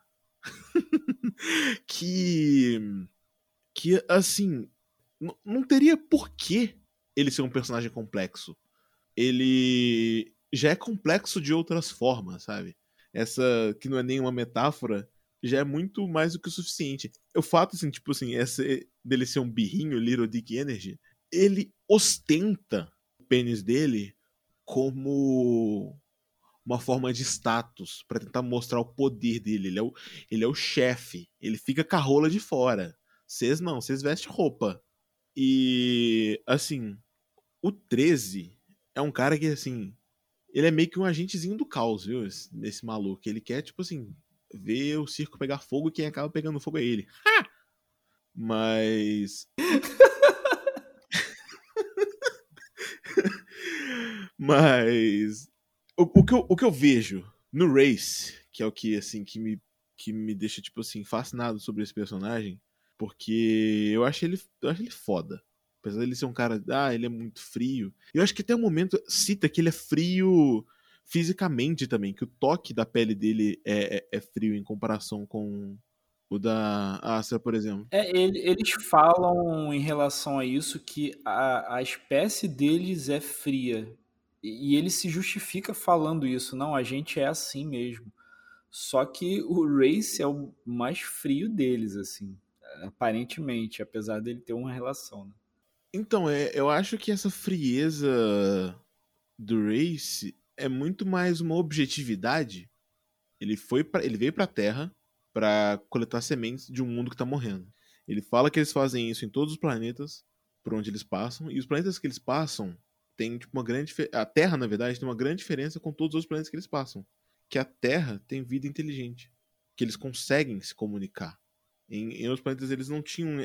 que assim, não teria por que ele ser um personagem complexo. Ele já é complexo de outras formas, sabe? Essa que não é nenhuma metáfora já é muito mais do que o suficiente. O fato, assim, tipo assim, dele ser um birrinho, Little Dick Energy, ele ostenta o pênis dele como uma forma de status, pra tentar mostrar o poder dele. Ele é o chefe, ele fica com a rola de fora. Vocês não, vocês vestem roupa. E, assim, o 13 é um cara que, assim, ele é meio que um agentezinho do caos, viu? Esse maluco. Ele quer, tipo assim, ver o circo pegar fogo e quem acaba pegando fogo é ele. Ha! Mas. Mas. O que eu vejo no Race, que é o que, assim, que me deixa, tipo assim, fascinado sobre esse personagem, porque eu acho ele foda. Apesar dele ser um cara, ele é muito frio. Eu acho que até o momento cita que ele é frio fisicamente também, que o toque da pele dele é frio em comparação com o da Astra, por exemplo. Eles falam em relação a isso que a espécie deles é fria. E ele se justifica falando isso. Não, a gente é assim mesmo. Só que o Race é o mais frio deles, assim. Aparentemente, apesar dele ter uma relação, né? Então, eu acho que essa frieza do Race é muito mais uma objetividade. Ele veio pra Terra pra coletar sementes de um mundo que tá morrendo. Ele fala que eles fazem isso em todos os planetas por onde eles passam, e os planetas que eles passam tem tipo uma grande a Terra, na verdade, tem uma grande diferença com todos os planetas que eles passam, que a Terra tem vida inteligente, que eles conseguem se comunicar. Em outros planetas eles não tinham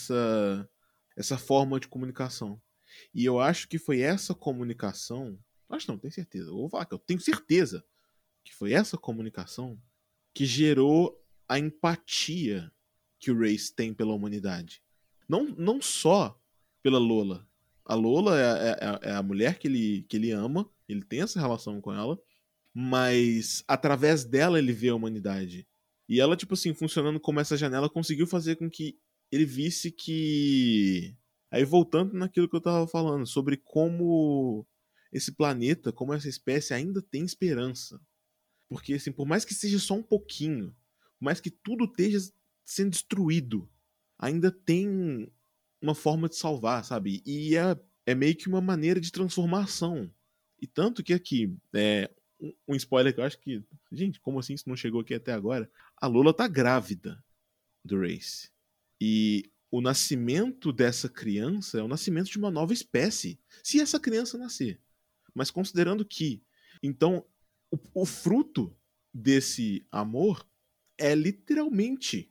essa forma de comunicação. E eu acho que foi essa comunicação, acho não, tenho certeza, eu vou falar que eu tenho certeza que foi essa comunicação que gerou a empatia que o Race tem pela humanidade. Não só pela Lola. A Lola é a mulher que ele ama, ele tem essa relação com ela, mas através dela ele vê a humanidade. E ela, tipo assim, funcionando como essa janela, conseguiu fazer com que ele visse que... Aí voltando naquilo que eu tava falando, sobre como esse planeta, como essa espécie ainda tem esperança. Porque, assim, por mais que seja só um pouquinho, por mais que tudo esteja sendo destruído, ainda tem uma forma de salvar, sabe? E é meio que uma maneira de transformação. E tanto que aqui, um spoiler que eu acho que... Gente, como assim isso não chegou aqui até agora? A Lola tá grávida do Race. E o nascimento dessa criança é o nascimento de uma nova espécie. Se essa criança nascer. Mas considerando que... Então, o fruto desse amor é literalmente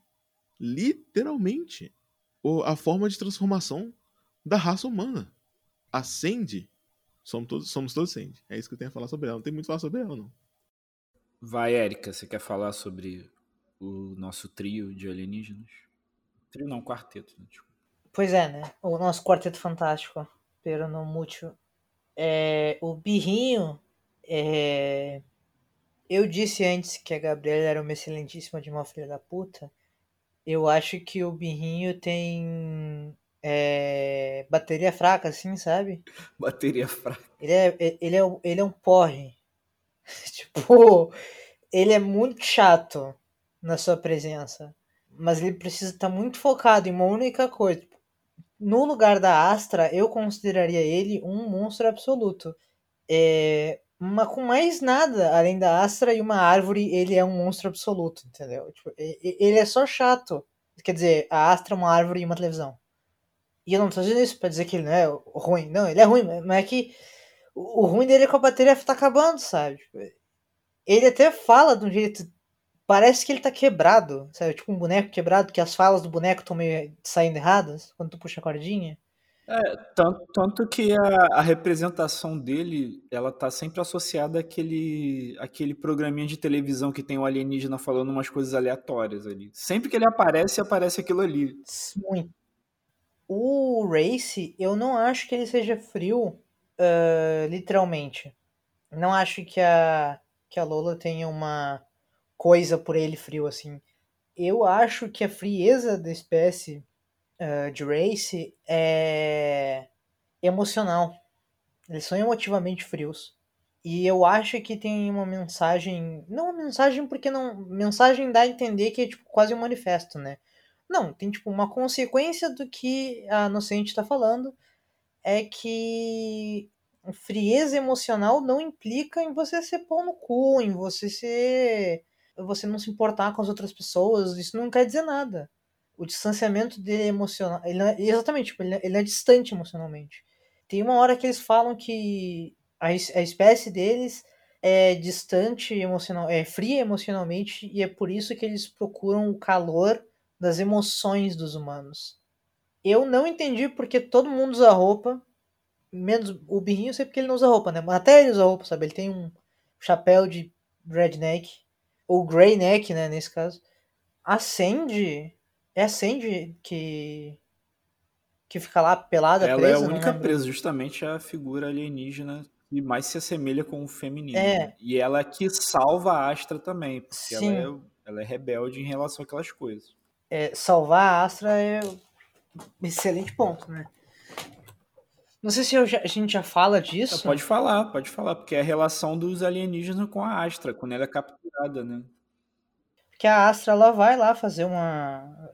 a forma de transformação da raça humana. A Sandy, somos todos Sandy. É isso que eu tenho a falar sobre ela. Não tem muito a falar sobre ela, não. Vai, Érica, você quer falar sobre o nosso trio de alienígenas? Trio não, quarteto, né? Desculpa. Pois é, né? O nosso quarteto fantástico, pero no mucho. O birrinho, eu disse antes que a Gabriela era uma excelentíssima de uma filha da puta. Eu acho que o birrinho tem bateria fraca, assim, sabe? Bateria fraca. Ele é um porre. Tipo, ele é muito chato na sua presença. mas ele precisa estar muito focado em uma única coisa. No lugar da Astra, eu consideraria ele um monstro absoluto. Mas com mais nada, além da Astra e uma árvore, ele é um monstro absoluto, entendeu? Tipo, ele é só chato. Quer dizer, a Astra é uma árvore e uma televisão. E eu não tô dizendo isso pra dizer que ele não é ruim. Não, ele é ruim, mas é que o ruim dele é que a bateria tá acabando, sabe? Tipo, ele até fala de um jeito. Parece que ele tá quebrado, sabe? Tipo um boneco quebrado, que as falas do boneco estão meio saindo erradas quando tu puxa a cordinha. Tanto que a representação dele, ela tá sempre associada àquele programinha de televisão que tem o alienígena falando umas coisas aleatórias ali. Sempre que ele aparece aquilo ali. Muito. O Race, eu não acho que ele seja frio, literalmente. Não acho que a Lola tenha uma coisa por ele frio, assim. Eu acho que a frieza da espécie de Race é emocional. Eles são emotivamente frios. E eu acho que tem uma mensagem. Não uma mensagem, porque não. Mensagem dá a entender que é tipo quase um manifesto, né? Não, tem tipo uma consequência do que a Inocente tá falando. É que frieza emocional não implica em você ser pau no cu, em você ser. Você não se importar com as outras pessoas. Isso não quer dizer nada. O distanciamento dele é emocional. Ele não é, exatamente, tipo, ele é distante emocionalmente. Tem uma hora que eles falam que a espécie deles é distante emocional, é fria emocionalmente, e é por isso que eles procuram o calor das emoções dos humanos. Eu não entendi porque todo mundo usa roupa, menos o Birrinho, eu sei porque ele não usa roupa, né? Mas até ele usa roupa, sabe? Ele tem um chapéu de redneck, ou grey neck, né, nesse caso. A Sandy, é a Sandy que fica lá pelada, Ela é a presa, não única lembro. presa, justamente a figura alienígena que mais se assemelha com o feminino. É. Né? E ela é que salva a Astra também, porque Sim. ela é rebelde em relação àquelas coisas. Salvar a Astra é um excelente ponto, né? Não sei se a gente já fala disso. Pode falar, porque é a relação dos alienígenas com a Astra, quando ela é capturada, né? Porque a Astra, ela vai lá fazer uma...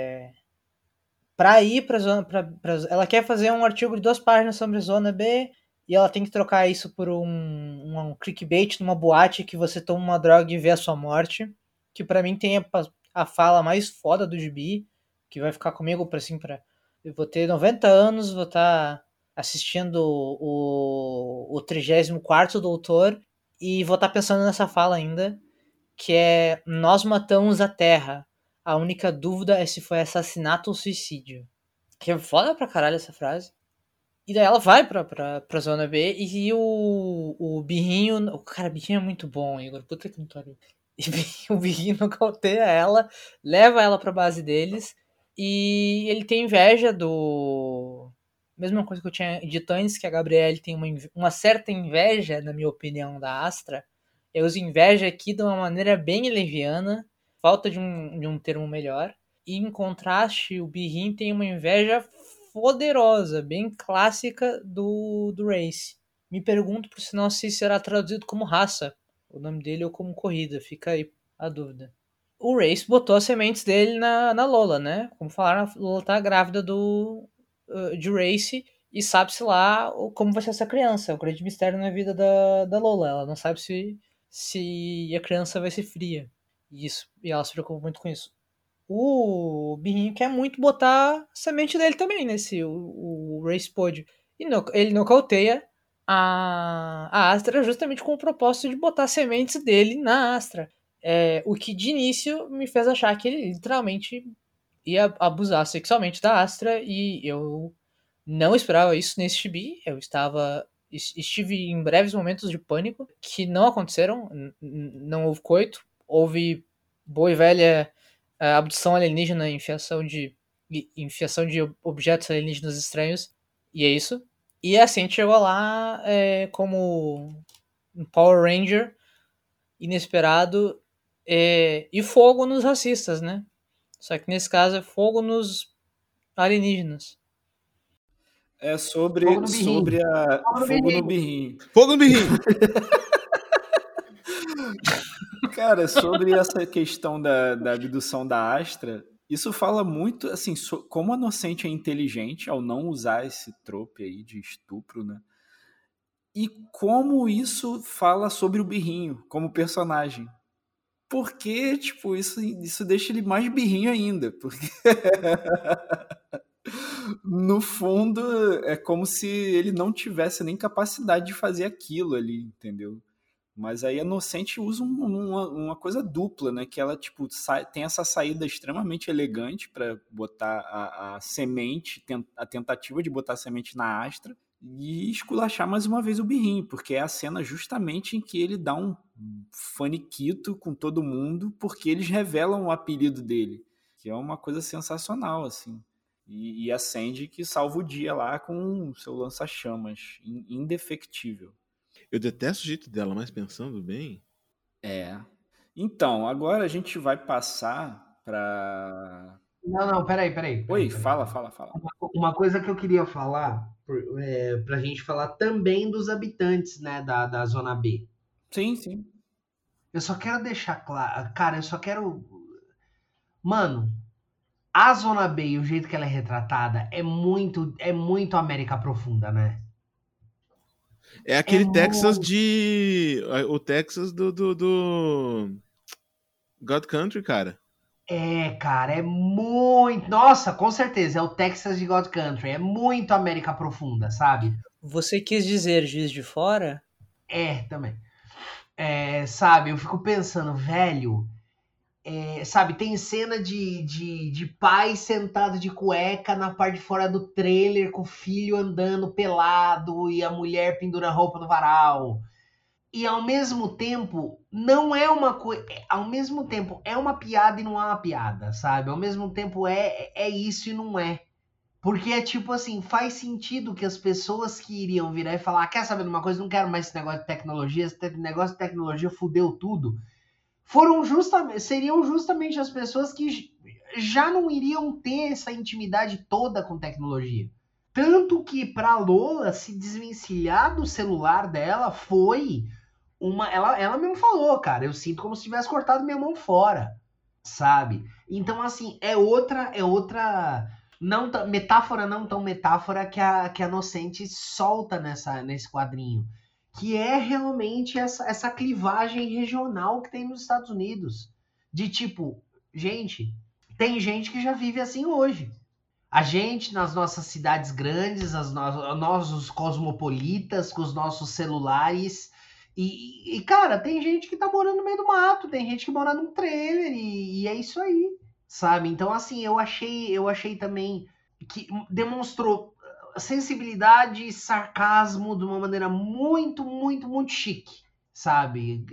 pra ir pra zona... ela quer fazer um artigo de 2 páginas sobre Zona B, e ela tem que trocar isso por um clickbait numa boate que você toma uma droga e vê a sua morte, que pra mim tem a fala mais foda do gibi, que vai ficar comigo pra assim, pra... Eu vou ter 90 anos, vou estar assistindo o 34º Doutor, e vou estar pensando nessa fala ainda, que é: nós matamos a Terra. A única dúvida é se foi assassinato ou suicídio. Que é foda pra caralho essa frase. E daí ela vai pra Zona B e o Birrinho... Cara, o Birrinho é muito bom, Igor. Puta que pariu. E o Birrinho nocauteia ela, leva ela pra base deles, e ele tem inveja do... Mesma coisa que eu tinha dito antes, que a Gabriele tem uma certa inveja, na minha opinião, da Astra. Eu uso inveja aqui de uma maneira bem leviana, falta de um termo melhor. E em contraste, o Birrin tem uma inveja poderosa, bem clássica do Race. Me pergunto, por sinal, se será traduzido como raça, o nome dele, ou como corrida, fica aí a dúvida. O Race botou as sementes dele na Lola, né? Como falaram, a Lola tá grávida de Race, e sabe-se lá como vai ser essa criança. É um grande mistério na vida da Lola. Ela não sabe se a criança vai ser fria. E ela se preocupa muito com isso. O Birrinho quer muito botar a semente dele também nesse o Race Pod. E ele nocauteia a Astra justamente com o propósito de botar sementes dele na Astra. O que de início me fez achar que ele literalmente ia abusar sexualmente da Astra, e eu não esperava isso nesse gibi. Eu estive em breves momentos de pânico que não aconteceram. Não houve coito, houve boa e velha abdução alienígena, enfiação de objetos alienígenas estranhos, e é isso. E assim a gente chegou lá como um Power Ranger inesperado, e fogo nos racistas, né? Só que nesse caso é fogo nos alienígenas. É sobre Fogo no Birrinho. Fogo no Birrinho! Cara, sobre essa questão da abdução da Astra, Isso fala muito, assim, como a Inocente é inteligente ao não usar esse trope aí de estupro, né? E como isso fala sobre o birrinho como personagem. Porque, tipo, isso deixa ele mais birrinho ainda. Porque, no fundo, é como se ele não tivesse nem capacidade de fazer aquilo ali, entendeu? Mas aí a Inocente usa uma coisa dupla, né? Que ela, tipo, tem essa saída extremamente elegante para botar a semente, a tentativa de botar a semente na Astra e esculachar mais uma vez o birrinho, porque é a cena justamente em que ele dá um faniquito com todo mundo, porque eles revelam o apelido dele, que é uma coisa sensacional, assim. E a Sandy que salva o dia lá com o seu lança-chamas, indefectível. Eu detesto o jeito dela, mas pensando bem... É. Então, agora a gente vai passar para... Não, peraí. Oi, fala. Uma coisa que eu queria falar, pra gente falar também dos habitantes, né, da Zona B. Sim. Eu só quero deixar claro, cara, Mano, a Zona B e o jeito que ela é retratada é muito América Profunda, né? É aquele Texas muito... O Texas do God Country, cara. Cara, é muito... Nossa, com certeza, é o Texas de God Country. É muito América Profunda, sabe? Você quis dizer Juiz de Fora? Também. Sabe, eu fico pensando, velho... sabe, tem cena de pai sentado de cueca na parte de fora do trailer com o filho andando pelado e a mulher pendura a roupa no varal. E ao mesmo tempo, não é uma coisa. Ao mesmo tempo, é uma piada e não é uma piada, sabe? Ao mesmo tempo, é isso e não é. Porque é tipo assim, faz sentido que as pessoas que iriam virar e falar: quer saber de uma coisa? Não quero mais esse negócio de tecnologia, esse negócio de tecnologia fudeu tudo. Seriam justamente as pessoas que já não iriam ter essa intimidade toda com tecnologia. Tanto que para Lola se desvencilhar do celular dela foi ela mesmo falou, cara, eu sinto como se tivesse cortado minha mão fora, sabe? Então assim, é outra metáfora não tão metáfora que a Inocente solta nesse quadrinho, que é realmente essa clivagem regional que tem nos Estados Unidos, de tipo, gente, tem gente que já vive assim hoje. A gente, nas nossas cidades grandes, nós os cosmopolitas, com os nossos celulares. Cara, tem gente que tá morando no meio do mato, tem gente que mora num trailer, e é isso aí, sabe? Então, assim, eu achei também que demonstrou sensibilidade e sarcasmo de uma maneira muito chique, sabe?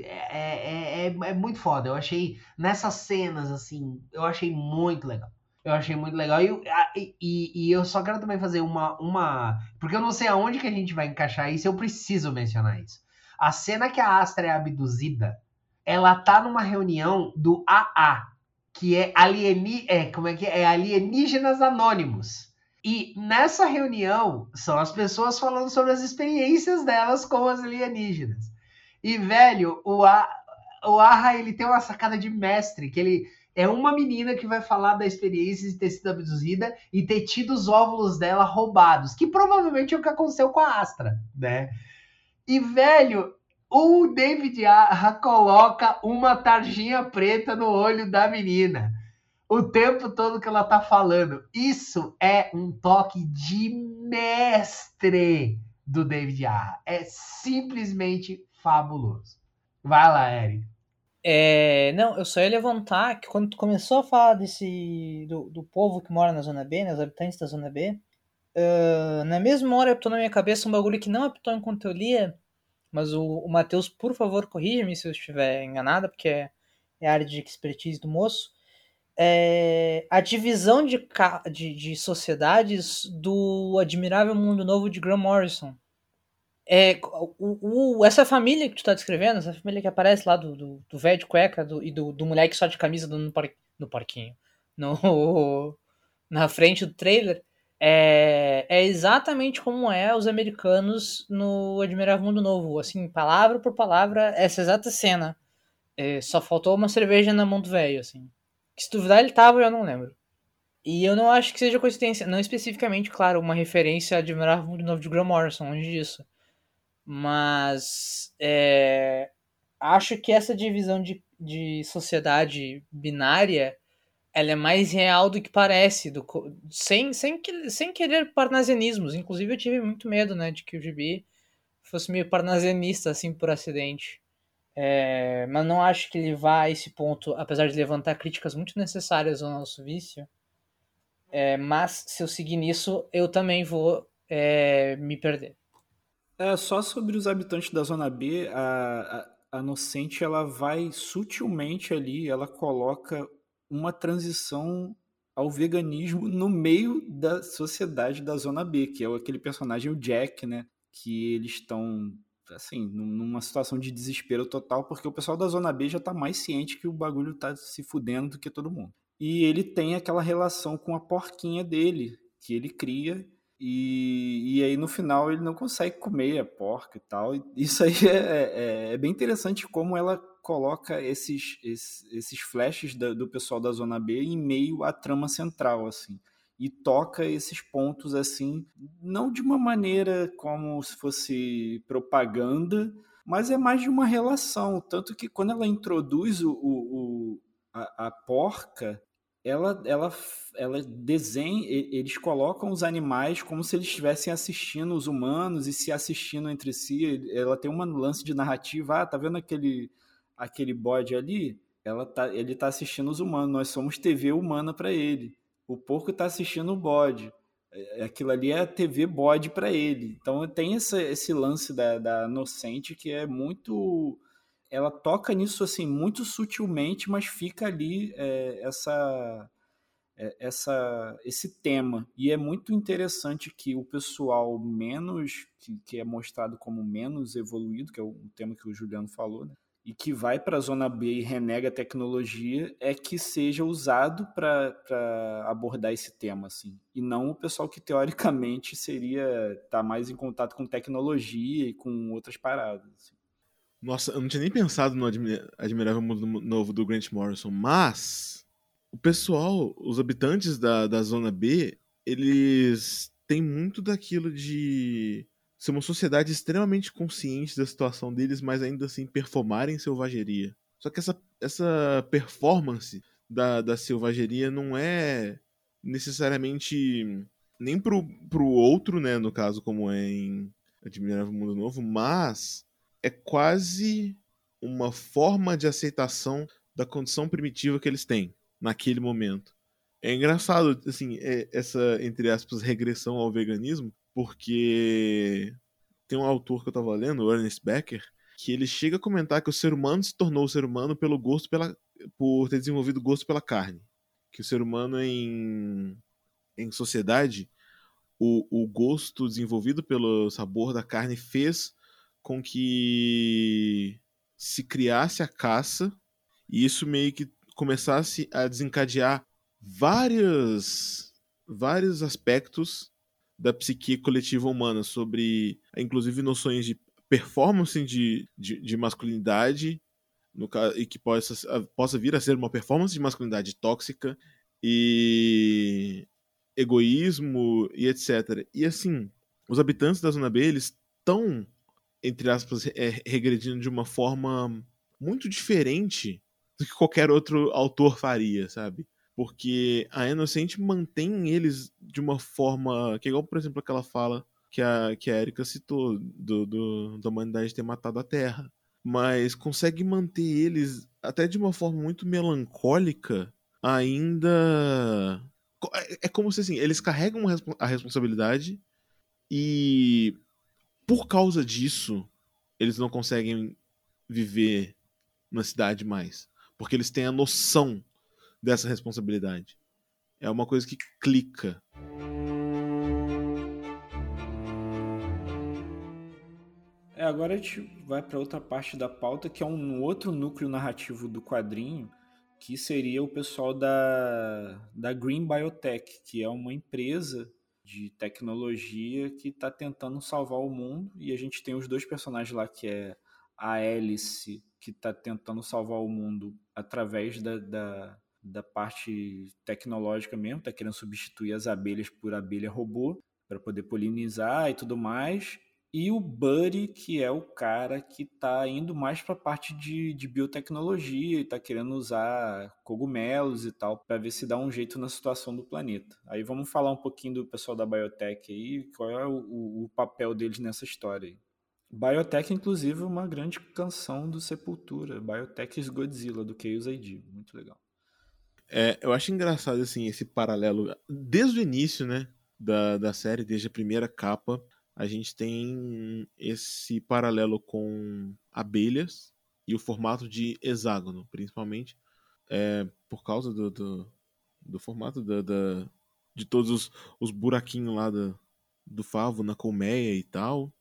É muito foda. Eu achei, nessas cenas, assim, eu achei muito legal. Eu achei muito legal. E eu só quero também fazer uma... Porque eu não sei aonde que a gente vai encaixar isso, eu preciso mencionar isso. A cena que a Astra é abduzida, ela tá numa reunião do AA, que é Alienígenas Anônimos. E nessa reunião, são as pessoas falando sobre as experiências delas com as alienígenas. E, velho, o Aha, ele tem uma sacada de mestre, que ele... É uma menina que vai falar da experiência de ter sido abduzida e ter tido os óvulos dela roubados, que provavelmente é o que aconteceu com a Astra, né? E, velho, o David Arra coloca uma tarjinha preta no olho da menina o tempo todo que ela tá falando. Isso é um toque de mestre do David Arra. É simplesmente fabuloso. Vai lá, Eric. Não, eu só ia levantar que quando tu começou a falar do povo que mora na Zona B, né, os habitantes da Zona B, na mesma hora apitou na minha cabeça um bagulho que não apitou enquanto eu lia, mas o Matheus, por favor, corrija-me se eu estiver enganado, porque é a área de expertise do moço. A divisão de sociedades do Admirável Mundo Novo de Grant Morrison. Essa família que tu tá descrevendo, essa família que aparece lá do velho de cueca e do moleque só de camisa no parquinho, na frente do trailer, é exatamente como os americanos no Admirável Mundo Novo, assim, palavra por palavra, essa exata cena. Só faltou uma cerveja na mão do velho, assim. Que se duvidar ele tava, eu não lembro. E eu não acho que seja coincidência, não especificamente, claro, uma referência a Admirável Mundo Novo de Grant Morrison, longe disso. Mas acho que essa divisão de sociedade binária, ela é mais real do que parece, sem querer parnasianismos. Inclusive eu tive muito medo, né, de que o gibi fosse meio parnasianista, assim, por acidente. Mas não acho que ele vá a esse ponto, apesar de levantar críticas muito necessárias ao nosso vício. Mas se eu seguir nisso, eu também vou me perder. Só sobre os habitantes da Zona B, a Nocente ela vai sutilmente ali, ela coloca uma transição ao veganismo no meio da sociedade da Zona B, que é aquele personagem, o Jack, né? Que eles estão, assim, numa situação de desespero total, porque o pessoal da Zona B já tá mais ciente que o bagulho tá se fudendo do que todo mundo. E ele tem aquela relação com a porquinha dele, que ele cria, e aí no final ele não consegue comer a porca e tal. E isso aí é bem interessante como ela coloca esses flashes do pessoal da Zona B em meio à trama central, assim. E toca esses pontos, assim, não de uma maneira como se fosse propaganda, mas é mais de uma relação. Tanto que quando ela introduz a porca, ela desenha, eles colocam os animais como se eles estivessem assistindo os humanos e se assistindo entre si. Ela tem um lance de narrativa. Tá vendo aquele bode ali? Ele tá assistindo os humanos, nós somos TV humana para ele. O porco tá assistindo o bode. Aquilo ali é a TV bode para ele. Então tem esse lance da Inocente que é muito, ela toca nisso assim muito sutilmente, mas fica ali esse tema. E é muito interessante que o pessoal menos, que é mostrado como menos evoluído, que é o tema que o Juliano falou, né? E que vai para a Zona B e renega a tecnologia, é que seja usado para abordar esse tema, assim. E não o pessoal que teoricamente seria estar mais em contato com tecnologia e com outras paradas. Assim. Nossa, eu não tinha nem pensado no Admirável Mundo Novo do Grant Morrison, mas o pessoal, os habitantes da Zona B, eles têm muito daquilo de ser uma sociedade extremamente consciente da situação deles, mas ainda assim performarem selvageria. Só que essa performance da selvageria não é necessariamente nem pro outro, né, no caso, como é em Admirável Mundo Novo, mas é quase uma forma de aceitação da condição primitiva que eles têm naquele momento. É engraçado, assim, essa, entre aspas, regressão ao veganismo, porque tem um autor que eu tava lendo, o Ernest Becker, que ele chega a comentar que o ser humano se tornou o ser humano por ter desenvolvido gosto pela carne. Que o ser humano em sociedade, o gosto desenvolvido pelo sabor da carne fez com que se criasse a caça e isso meio que começasse a desencadear vários aspectos da psique coletiva humana, sobre inclusive noções de performance de masculinidade, e que possa vir a ser uma performance de masculinidade tóxica e egoísmo e etc. E assim, os habitantes da Zona B, eles estão, entre aspas, regredindo de uma forma muito diferente do que qualquer outro autor faria, sabe? Porque a Inocente mantém eles de uma forma que é igual, por exemplo, aquela fala que a Erika citou da humanidade ter matado a Terra. Mas consegue manter eles até de uma forma muito melancólica, ainda. É como se assim, eles carregam a responsabilidade e por causa disso eles não conseguem viver na cidade mais. Porque eles têm a noção dessa responsabilidade. É uma coisa que clica. Agora a gente vai para outra parte da pauta, que é um outro núcleo narrativo do quadrinho, que seria o pessoal da Green Biotech, que é uma empresa de tecnologia que está tentando salvar o mundo. E a gente tem os dois personagens lá, que é a Alice, que está tentando salvar o mundo através da parte tecnológica mesmo, tá querendo substituir as abelhas por abelha robô para poder polinizar e tudo mais. E o Buddy, que é o cara que tá indo mais para a parte de biotecnologia e tá querendo usar cogumelos e tal para ver se dá um jeito na situação do planeta. Aí vamos falar um pouquinho do pessoal da Biotech aí, qual é o papel deles nessa história aí. Biotech, inclusive, é uma grande canção do Sepultura. Biotech is Godzilla, do Chaos AD. Muito legal. Eu acho engraçado, assim, esse paralelo. Desde o início, né, da série, desde a primeira capa, a gente tem esse paralelo com abelhas e o formato de hexágono, principalmente, por causa do formato de todos os buraquinhos lá do favo na colmeia e tal.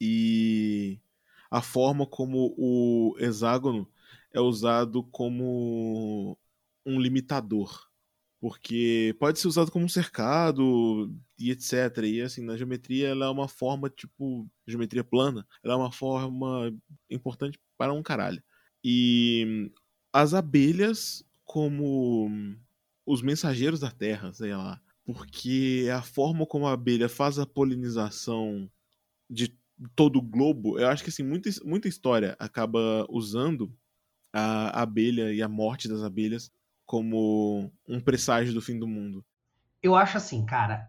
E a forma como o hexágono é usado como um limitador. Porque pode ser usado como um cercado e etc. E assim, na geometria ela é uma forma, tipo, geometria plana, ela é uma forma importante para um caralho. E as abelhas como os mensageiros da terra, sei lá. Porque a forma como a abelha faz a polinização de todo o globo, eu acho que assim, muita história acaba usando a abelha e a morte das abelhas como um presságio do fim do mundo. Eu acho assim, cara,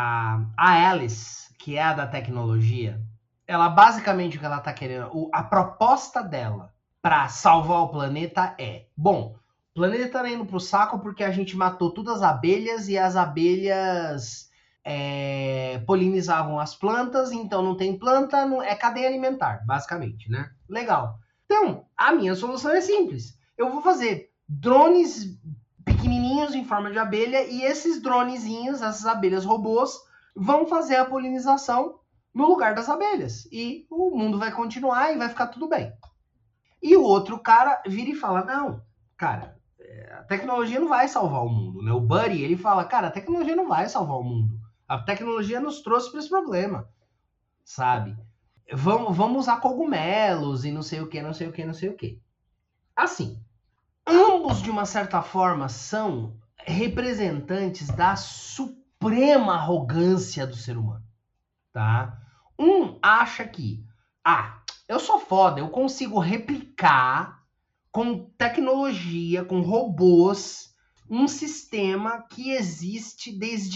a Alice, que é a da tecnologia, ela basicamente o que ela tá querendo, a proposta dela para salvar o planeta é, bom, o planeta tá indo pro saco porque a gente matou todas as abelhas e as abelhas polinizavam as plantas, então não tem planta, é cadeia alimentar, basicamente, né? Legal. Então, a minha solução é simples. Eu vou fazer drones pequenininhos em forma de abelha e esses dronezinhos, essas abelhas robôs, vão fazer a polinização no lugar das abelhas. E o mundo vai continuar e vai ficar tudo bem. E o outro cara vira e fala, não, cara, a tecnologia não vai salvar o mundo, né? O Buddy, ele fala, cara, a tecnologia não vai salvar o mundo. A tecnologia nos trouxe para esse problema, sabe? Vamos usar cogumelos e não sei o que, não sei o que, não sei o que. Assim, ambos, de uma certa forma, são representantes da suprema arrogância do ser humano, tá? Um acha que, eu sou foda, eu consigo replicar com tecnologia, com robôs, um sistema que existe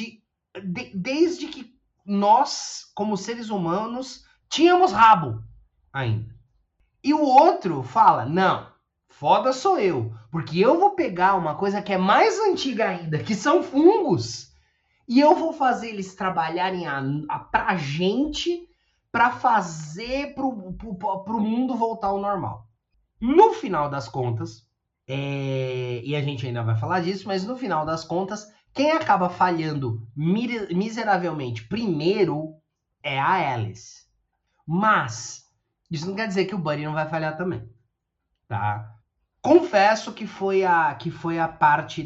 desde que nós, como seres humanos, tínhamos rabo ainda. E o outro fala, não, foda sou eu, porque eu vou pegar uma coisa que é mais antiga ainda, que são fungos, e eu vou fazer eles trabalharem pra gente, pra fazer pro mundo voltar ao normal. No final das contas, e a gente ainda vai falar disso, mas no final das contas, quem acaba falhando miseravelmente primeiro é a Alice. Mas isso não quer dizer que o Buddy não vai falhar também, tá? Confesso que foi a parte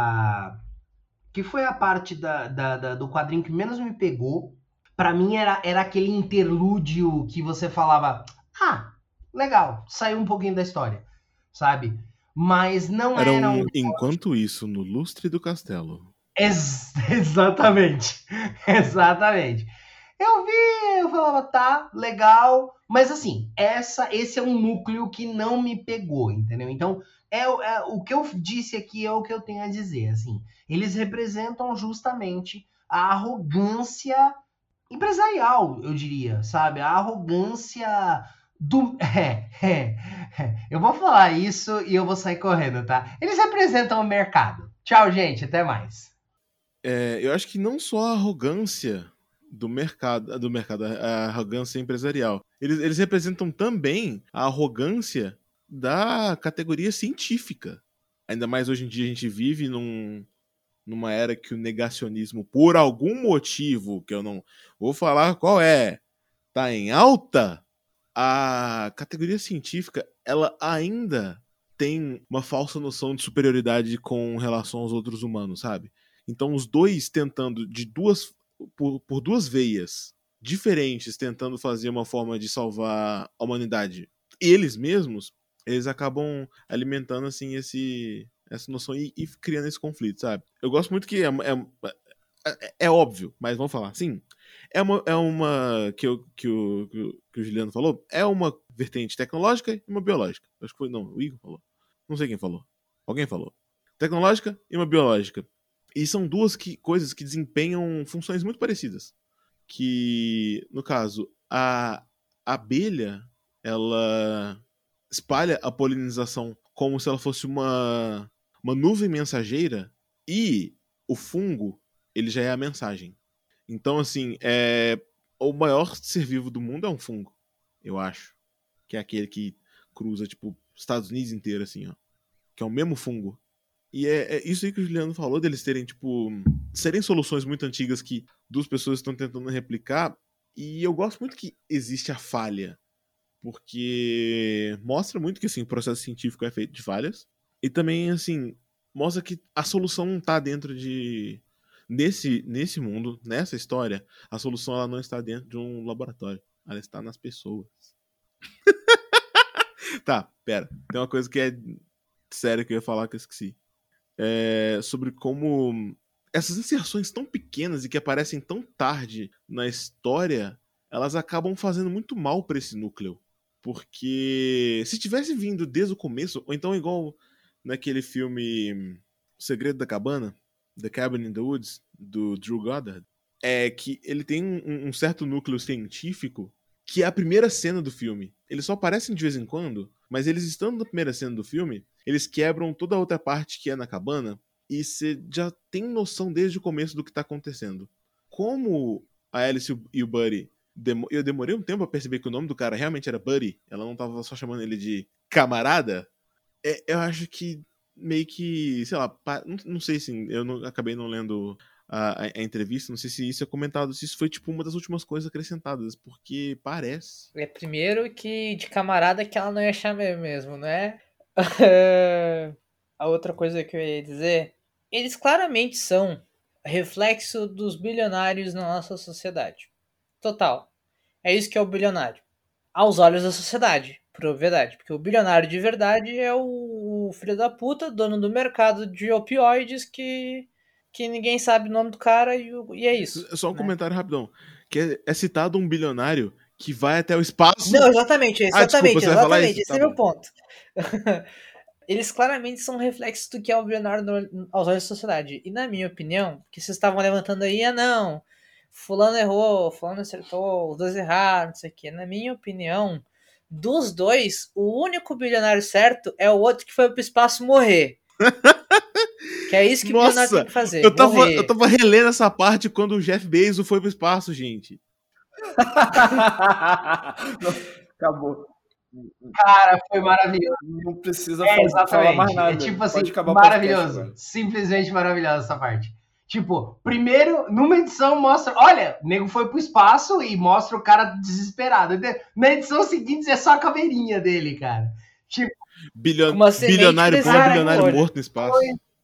do quadrinho que menos me pegou. Pra mim era aquele interlúdio que você falava, legal, saiu um pouquinho da história, sabe? Mas não era um... Enquanto isso, no lustre do castelo. Exatamente. Exatamente. Eu falava, tá, legal, mas assim, esse é um núcleo que não me pegou, entendeu? Então, o que eu disse aqui é o que eu tenho a dizer, assim, eles representam justamente a arrogância empresarial, eu diria, sabe? A arrogância do... Eu vou falar isso e eu vou sair correndo, tá? Eles representam o mercado. Tchau, gente, até mais. Eu acho que não só a arrogância do mercado, a arrogância empresarial. Eles representam também a arrogância da categoria científica. Ainda mais hoje em dia a gente vive numa era que o negacionismo, por algum motivo, que eu não vou falar qual tá em alta, a categoria científica, ela ainda tem uma falsa noção de superioridade com relação aos outros humanos, sabe? Então os dois tentando por duas veias diferentes, tentando fazer uma forma de salvar a humanidade, eles mesmos, eles acabam alimentando assim essa noção e criando esse conflito, sabe? Eu gosto muito que é óbvio, mas vamos falar assim. É uma que o Juliano falou, é uma vertente tecnológica e uma biológica. Acho que foi, não, o Igor falou. Não sei quem falou. Alguém falou. Tecnológica e uma biológica. E são duas coisas que desempenham funções muito parecidas. Que, no caso, a abelha, ela espalha a polinização como se ela fosse uma nuvem mensageira, e o fungo, ele já é a mensagem. Então, assim, o maior ser vivo do mundo é um fungo, eu acho. Que é aquele que cruza, tipo, Estados Unidos inteiro, assim, ó. Que é o mesmo fungo. E é isso aí que o Juliano falou, deles terem, tipo, serem soluções muito antigas que duas pessoas estão tentando replicar. E eu gosto muito que existe a falha, porque mostra muito que, assim, o processo científico é feito de falhas. E também, assim, mostra que a solução não tá dentro de... Nesse mundo, nessa história, a solução ela não está dentro de um laboratório. Ela está nas pessoas. Tá, pera. Tem uma coisa que é séria que eu ia falar que eu esqueci. Sobre como essas inserções tão pequenas e que aparecem tão tarde na história, elas acabam fazendo muito mal pra esse núcleo. Porque se tivesse vindo desde o começo, ou então igual naquele filme O Segredo da Cabana, The Cabin in the Woods, do Drew Goddard, que ele tem um certo núcleo científico que é a primeira cena do filme. Eles só aparecem de vez em quando, mas eles estando na primeira cena do filme, eles quebram toda a outra parte que é na cabana e você já tem noção desde o começo do que tá acontecendo. Como a Alice e o Buddy, eu demorei um tempo pra perceber que o nome do cara realmente era Buddy, ela não tava só chamando ele de camarada, eu acho que meio que, sei lá, não sei se acabei não lendo a entrevista, não sei se isso é comentado, se isso foi tipo uma das últimas coisas acrescentadas, porque parece. Primeiro que de camarada que ela não ia achar mesmo, né? A outra coisa que eu ia dizer, eles claramente são reflexo dos bilionários na nossa sociedade. Total. É isso que é o bilionário. Aos olhos da sociedade, por verdade. Porque o bilionário de verdade é o filho da puta, dono do mercado de opioides que ninguém sabe o nome do cara e é isso. Só um comentário rapidão. Que é citado um bilionário que vai até o espaço. Não, exatamente. Desculpa, você vai falar isso? Esse é meu ponto. Eles claramente são reflexos do que é o bilionário aos olhos da sociedade. E na minha opinião, que vocês estavam levantando aí, não, fulano errou, fulano acertou, os dois erraram, não sei o quê. Na minha opinião, dos dois, o único bilionário certo é o outro que foi pro espaço morrer. Que é isso que o bilionário tem que fazer. Eu tava relendo essa parte quando o Jeff Bezos foi pro espaço, gente. Acabou. Cara, foi maravilhoso. Não precisa falar mais nada. É tipo assim, acabar maravilhoso. Simplesmente maravilhosa essa parte. Tipo, primeiro, numa edição mostra, olha, o nego foi pro espaço e mostra o cara desesperado. Na edição seguinte é só a caveirinha dele, cara. Tipo, bilionário bom, bilionário morto no espaço.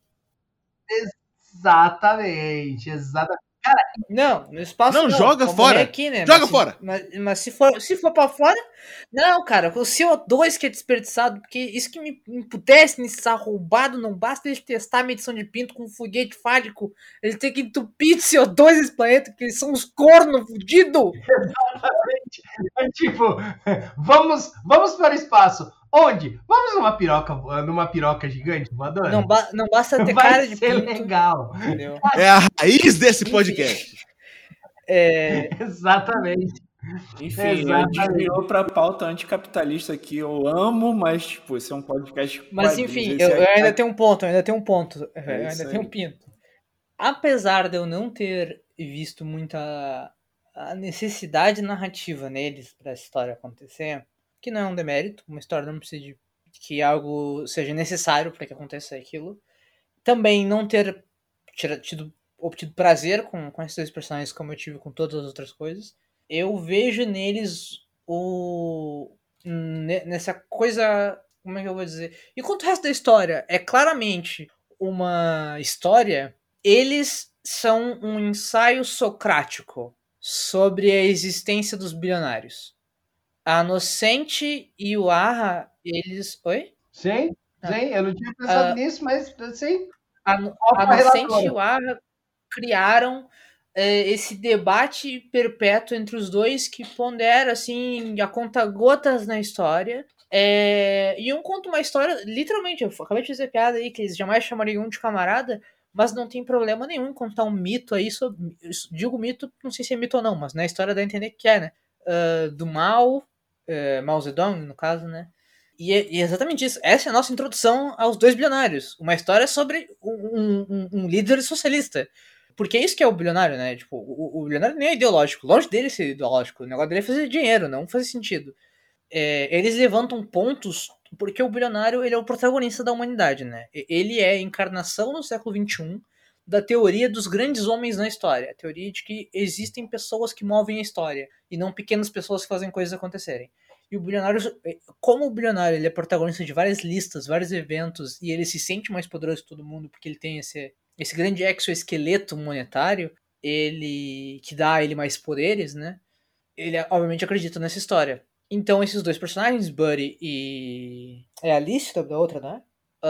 Exatamente. Cara, não, no espaço não. Joga fora. Aqui, né? Joga fora. Mas se for pra fora... Não, cara, o CO2 que é desperdiçado, porque isso que me emputece nesse arrombado, não basta eles testar a medição de pinto com um foguete fálico, eles têm que entupir de CO2 esse planeta, porque eles são uns cornos fudidos. Exatamente. Tipo, vamos para o espaço. Onde? Vamos numa piroca gigante voadora? Não basta ter cara de pinto. Vai ser legal. Entendeu? É a raiz desse podcast. Exatamente. Enfim, desviou pra pauta anticapitalista aqui. Eu amo, mas, tipo, esse é um podcast... Mas, enfim, eu ainda tenho um ponto. Eu ainda tenho um pinto. Apesar de eu não ter visto muita a necessidade narrativa neles pra essa história acontecer, que não é um demérito, uma história não precisa de que algo seja necessário para que aconteça aquilo. Também não ter obtido prazer com esses dois personagens como eu tive com todas as outras coisas. Eu vejo neles nessa coisa, como é que eu vou dizer? E quanto ao resto da história, é claramente uma história, eles são um ensaio socrático sobre a existência dos bilionários. A Inocente e o Arra, eles... Oi? Sim. Sim, eu não tinha pensado nisso, mas assim, A Nocente e o Arra criaram esse debate perpétuo entre os dois que pondera assim a conta-gotas na história. E um conta uma história, literalmente, eu acabei de fazer piada aí que eles jamais chamariam um de camarada, mas não tem problema nenhum em contar um mito aí sobre. Digo mito, não sei se é mito ou não, mas na história dá a entender que é, né? Do Mao, Mao Zedong, no caso, né? E é exatamente isso. Essa é a nossa introdução aos dois bilionários. Uma história sobre um líder socialista. Porque é isso que é o bilionário, né? Tipo, o bilionário nem é ideológico. Longe dele ser ideológico. O negócio dele é fazer dinheiro, não fazer sentido. Eles levantam pontos porque o bilionário ele é o protagonista da humanidade, né? Ele é a encarnação no século XXI da teoria dos grandes homens na história. A teoria de que existem pessoas que movem a história e não pequenas pessoas que fazem coisas acontecerem. E o bilionário, como o bilionário ele é protagonista de várias listas, vários eventos, e ele se sente mais poderoso que todo mundo porque ele tem esse grande exoesqueleto monetário, ele que dá a ele mais poderes, né? Ele obviamente acredita nessa história. Então esses dois personagens, Buddy e a Alice da outra, né?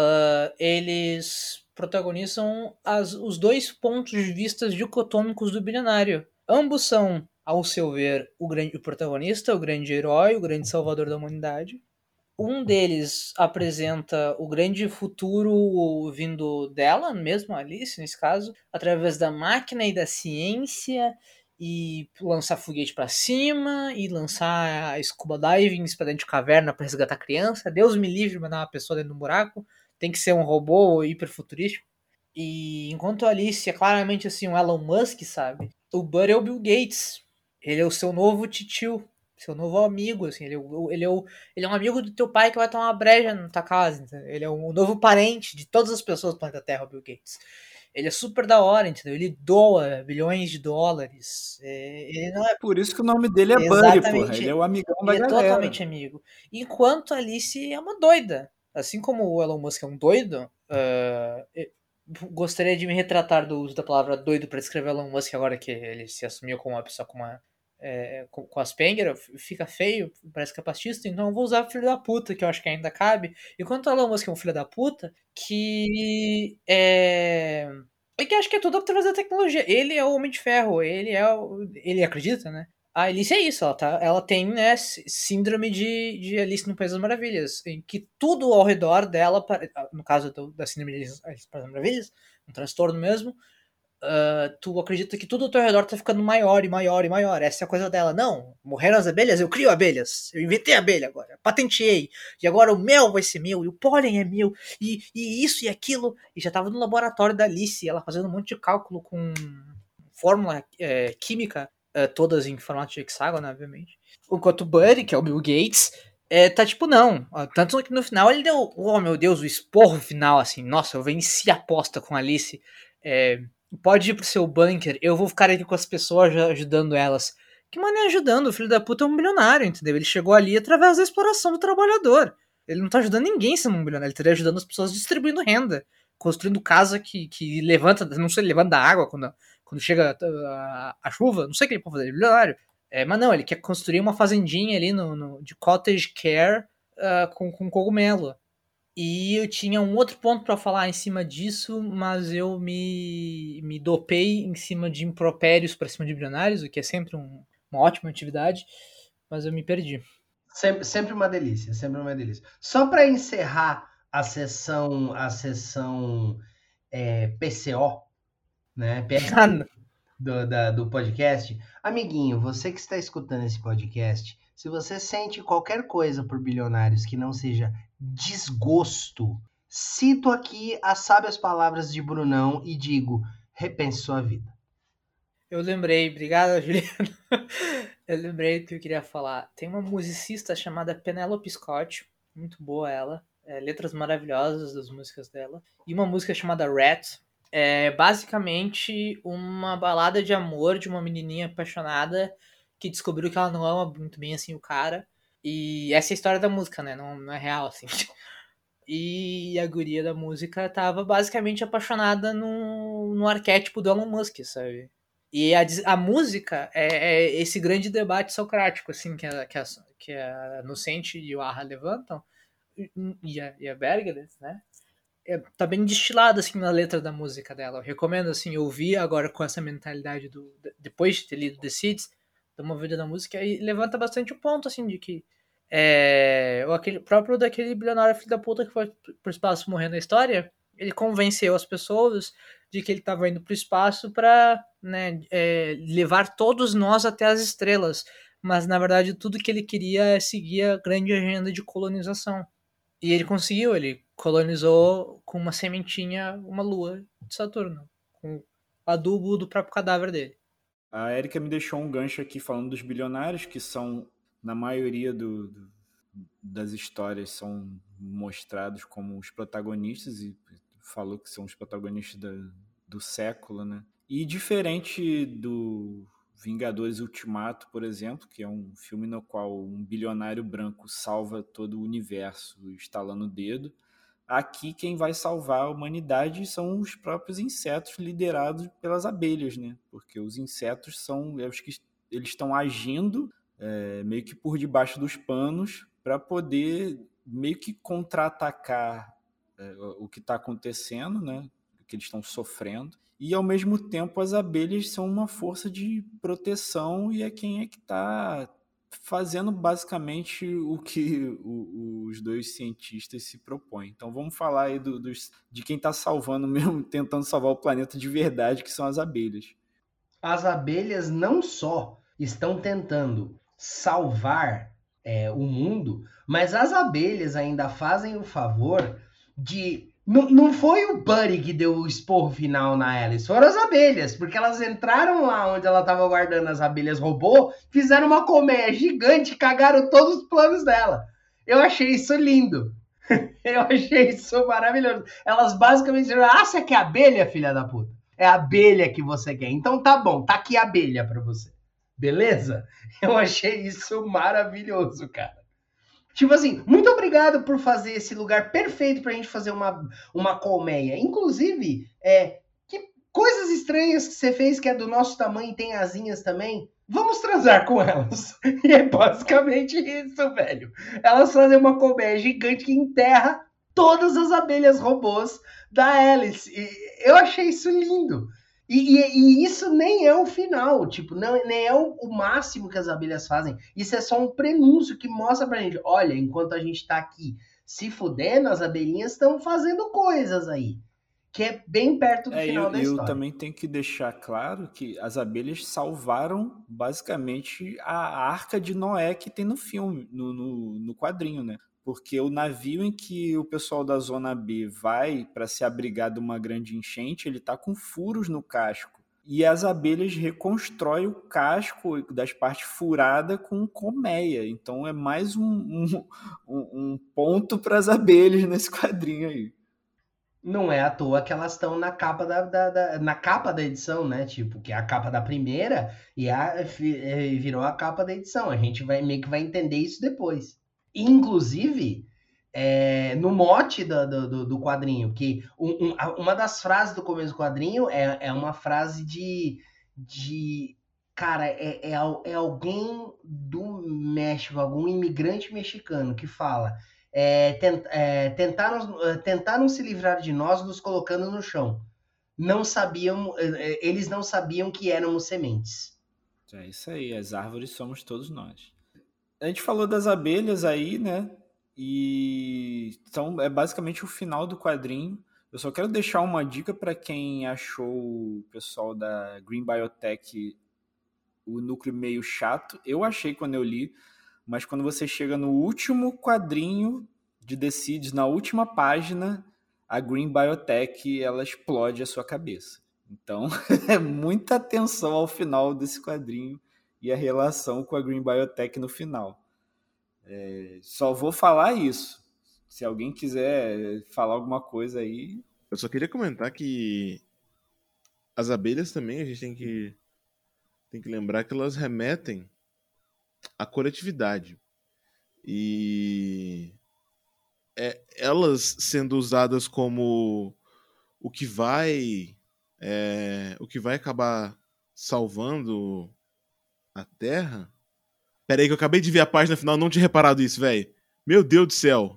Eles protagonizam os dois pontos de vista dicotômicos do bilionário. Ambos são, ao seu ver, o protagonista, o grande herói, o grande salvador da humanidade. Um deles apresenta o grande futuro vindo dela mesmo, Alice, nesse caso, através da máquina e da ciência, e lançar foguete para cima, e lançar scuba diving para dentro de caverna para resgatar criança. Deus me livre de mandar uma pessoa dentro de um buraco. Tem que ser um robô hiperfuturístico. E enquanto a Alice é claramente assim um Elon Musk, sabe? O Buddy é o Bill Gates. Ele é o seu novo titio, seu novo amigo, assim. Ele é um amigo do teu pai que vai tomar uma breja na tua casa, entendeu? Ele é um novo parente de todas as pessoas do planeta Terra, o Bill Gates. Ele é super da hora, entendeu? Ele doa bilhões de dólares. Ele não é... Por isso que o nome dele é Buddy, porra. Ele é o amigão da Ele é galera. totalmente amigo. Enquanto a Alice é uma doida. Assim como o Elon Musk é um doido, gostaria de me retratar do uso da palavra doido para descrever Elon Musk agora que ele se assumiu como uma pessoa com Asperger, fica feio, parece capacitista, então eu vou usar filho da puta, que eu acho que ainda cabe. Enquanto o Elon Musk é um filho da puta, que que acho que é tudo através da tecnologia. Ele é o Homem de Ferro, ele acredita, né? A Alice é isso, ela tem, né, síndrome de Alice no País das Maravilhas, em que tudo ao redor dela, no caso da síndrome de Alice no País das Maravilhas, um transtorno mesmo, tu acredita que tudo ao teu redor tá ficando maior e maior e maior. Essa é a coisa dela. Não, morreram as abelhas, eu crio abelhas. Eu inventei a abelha agora, patenteei. E agora o mel vai ser meu, e o pólen é meu, e isso e aquilo. E já tava no laboratório da Alice, ela fazendo um monte de cálculo com fórmula química, todas em formato de hexágono, obviamente. Enquanto o Buddy, que é o Bill Gates, tá tipo, não. Tanto que no final ele deu, oh meu Deus, o esporro final, assim, nossa, eu venci a aposta com a Alice. Pode ir pro seu bunker, eu vou ficar aqui com as pessoas ajudando elas. Que maneira ajudando? O filho da puta é um bilionário, entendeu? Ele chegou ali através da exploração do trabalhador. Ele não tá ajudando ninguém sendo um bilionário, ele estaria ajudando as pessoas distribuindo renda, construindo casa que levanta, não sei, levanta da água quando chega a chuva, não sei o que ele pode fazer, ele é bilionário. Mas não, ele quer construir uma fazendinha ali de cottage care com cogumelo. E eu tinha um outro ponto para falar em cima disso, mas eu me dopei em cima de impropérios para cima de bilionários, o que é sempre uma ótima atividade, mas eu me perdi. Sempre uma delícia, sempre uma delícia. Só para encerrar a sessão PCO, né? Do podcast. Amiguinho, você que está escutando esse podcast, se você sente qualquer coisa por bilionários que não seja desgosto, cito aqui as sábias palavras de Brunão e digo, repense sua vida. Eu lembrei, obrigado, Juliano. Eu lembrei do que eu queria falar. Tem uma musicista chamada Penelope Scott, muito boa ela, letras maravilhosas das músicas dela, e uma música chamada Rat. É basicamente uma balada de amor de uma menininha apaixonada que descobriu que ela não ama muito bem assim o cara. E essa é a história da música, né? Não é real, assim. E a guria da música tava basicamente apaixonada no arquétipo do Elon Musk, sabe? E a música é esse grande debate socrático, assim, que a Nocente e o Arra levantam, e a Bergedorf, né? Tá bem destilado assim na letra da música dela. Eu recomendo assim ouvir agora com essa mentalidade depois de ter lido The Seeds, dar uma ouvida na música e levanta bastante o ponto assim de que aquele próprio daquele bilionário filho da puta que foi pro espaço morrer na história, ele convenceu as pessoas de que ele estava indo pro espaço para, né, levar todos nós até as estrelas, mas na verdade tudo que ele queria é seguir a grande agenda de colonização. E ele conseguiu, ele colonizou com uma sementinha uma lua de Saturno, com adubo do próprio cadáver dele. A Erika me deixou um gancho aqui falando dos bilionários, que são, na maioria das histórias, são mostrados como os protagonistas, e falou que são os protagonistas do século, né? E diferente do Vingadores Ultimato, por exemplo, que é um filme no qual um bilionário branco salva todo o universo estalando o dedo, aqui quem vai salvar a humanidade são os próprios insetos liderados pelas abelhas, né? Porque os insetos são os que eles estão agindo meio que por debaixo dos panos para poder meio que contra-atacar o que está acontecendo, né? O que eles estão sofrendo. E, ao mesmo tempo, as abelhas são uma força de proteção e é quem é que está fazendo basicamente o que os dois cientistas se propõem. Então vamos falar aí de quem está salvando mesmo, tentando salvar o planeta de verdade, que são as abelhas. As abelhas não só estão tentando salvar o mundo, mas as abelhas ainda fazem o favor de... Não foi o Buddy que deu o esporro final na Alice, foram as abelhas, porque elas entraram lá onde ela estava guardando as abelhas robô, fizeram uma colmeia gigante e cagaram todos os planos dela. Eu achei isso lindo. Eu achei isso maravilhoso. Elas basicamente disseram, você quer abelha, filha da puta? É a abelha que você quer. Então tá bom, tá aqui a abelha pra você. Beleza? Eu achei isso maravilhoso, cara. Tipo assim, muito obrigado por fazer esse lugar perfeito pra gente fazer uma colmeia. Inclusive, que coisas estranhas que você fez que é do nosso tamanho e tem asinhas também. Vamos transar com elas. E é basicamente isso, velho. Elas fazem uma colmeia gigante que enterra todas as abelhas robôs da Alice. E eu achei isso lindo. E isso nem é o final, tipo, nem é o máximo que as abelhas fazem. Isso é só um prenúncio que mostra pra gente, olha, enquanto a gente tá aqui se fudendo, as abelhinhas estão fazendo coisas aí. Que é bem perto do final da história. Eu também tenho que deixar claro que as abelhas salvaram basicamente a Arca de Noé que tem no filme, no quadrinho, né? Porque o navio em que o pessoal da Zona B vai para se abrigar de uma grande enchente, ele tá com furos no casco. E as abelhas reconstroem o casco das partes furadas com colmeia. Então é mais um ponto para as abelhas nesse quadrinho aí. Não é à toa que elas estão na capa na capa da edição, né? Tipo, que é a capa da primeira e virou a capa da edição. A gente meio que vai entender isso depois. Inclusive, no mote do quadrinho, que uma das frases do começo do quadrinho é uma frase cara, é alguém do México, algum imigrante mexicano que fala... tentaram se livrar de nós nos colocando no chão. Eles não sabiam que éramos sementes. É isso aí, as árvores somos todos nós. A gente falou das abelhas aí, né? Então é basicamente o final do quadrinho. Eu só quero deixar uma dica para quem achou o pessoal da Green Biotech o núcleo meio chato. Eu achei quando eu li, mas quando você chega no último quadrinho de The Seeds, na última página, a Green Biotech ela explode a sua cabeça. Então, muita atenção ao final desse quadrinho e a relação com a Green Biotech no final. Só vou falar isso. Se alguém quiser falar alguma coisa aí... Eu só queria comentar que as abelhas também, a gente tem que lembrar que elas remetem à coletividade. E elas sendo usadas como o que vai acabar salvando a Terra. Pera aí que eu acabei de ver a página final, não tinha reparado isso, velho. Meu Deus do céu.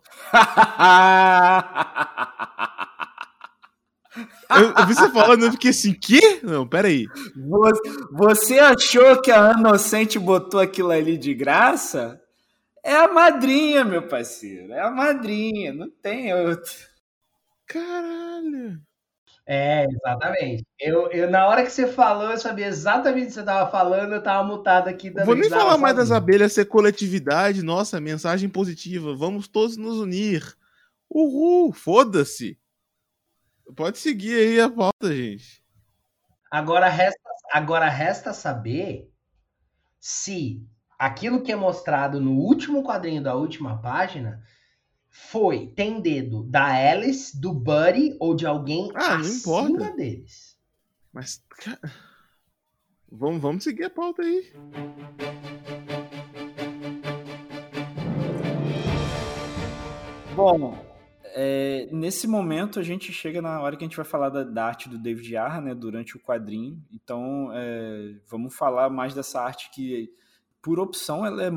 Eu vi você falando, eu fiquei assim, quê? Não, peraí. Você achou que a Inocente botou aquilo ali de graça? É a madrinha, meu parceiro. É a madrinha, não tem outro. Caralho. Exatamente. Eu, na hora que você falou, eu sabia exatamente o que você tava falando, eu tava mutado aqui. Vou nem falar mais das abelhas ser coletividade, nossa, mensagem positiva. Vamos todos nos unir. Uhul, foda-se. Pode seguir aí a pauta, gente. Agora resta saber se aquilo que é mostrado no último quadrinho da última página tem dedo da Alice, do Buddy ou de alguém acima deles. Mas, cara, vamos seguir a pauta aí. Bom, nesse momento a gente chega na hora que a gente vai falar da arte do David Arra, né, durante o quadrinho. Então, vamos falar mais dessa arte que, por opção,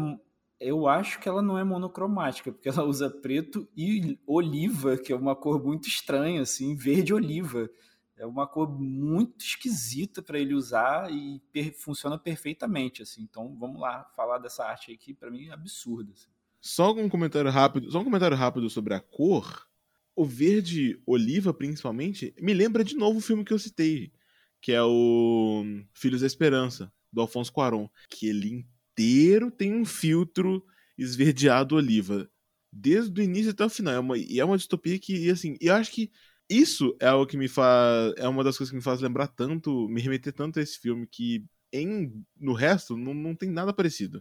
eu acho que ela não é monocromática, porque ela usa preto e oliva, que é uma cor muito estranha, assim, verde-oliva. É uma cor muito esquisita para ele usar e funciona perfeitamente, assim. Então, vamos lá falar dessa arte aí que, para mim, é absurda. Assim. Só um comentário rápido sobre a cor. O verde oliva, principalmente, me lembra de novo o filme que eu citei, que é o Filhos da Esperança, do Alfonso Cuarón, que ele inteiro tem um filtro esverdeado oliva, desde o início até o final. É uma distopia que, assim, eu acho que isso é o que é uma das coisas que me faz lembrar tanto, me remeter tanto a esse filme, que no resto não tem nada parecido.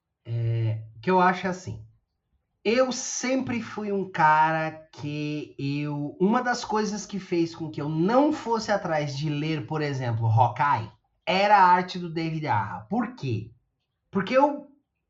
Que eu acho assim. Eu sempre fui um cara que uma das coisas que fez com que eu não fosse atrás de ler, por exemplo, Hawkeye, era a arte do David Arra. Por quê? Porque eu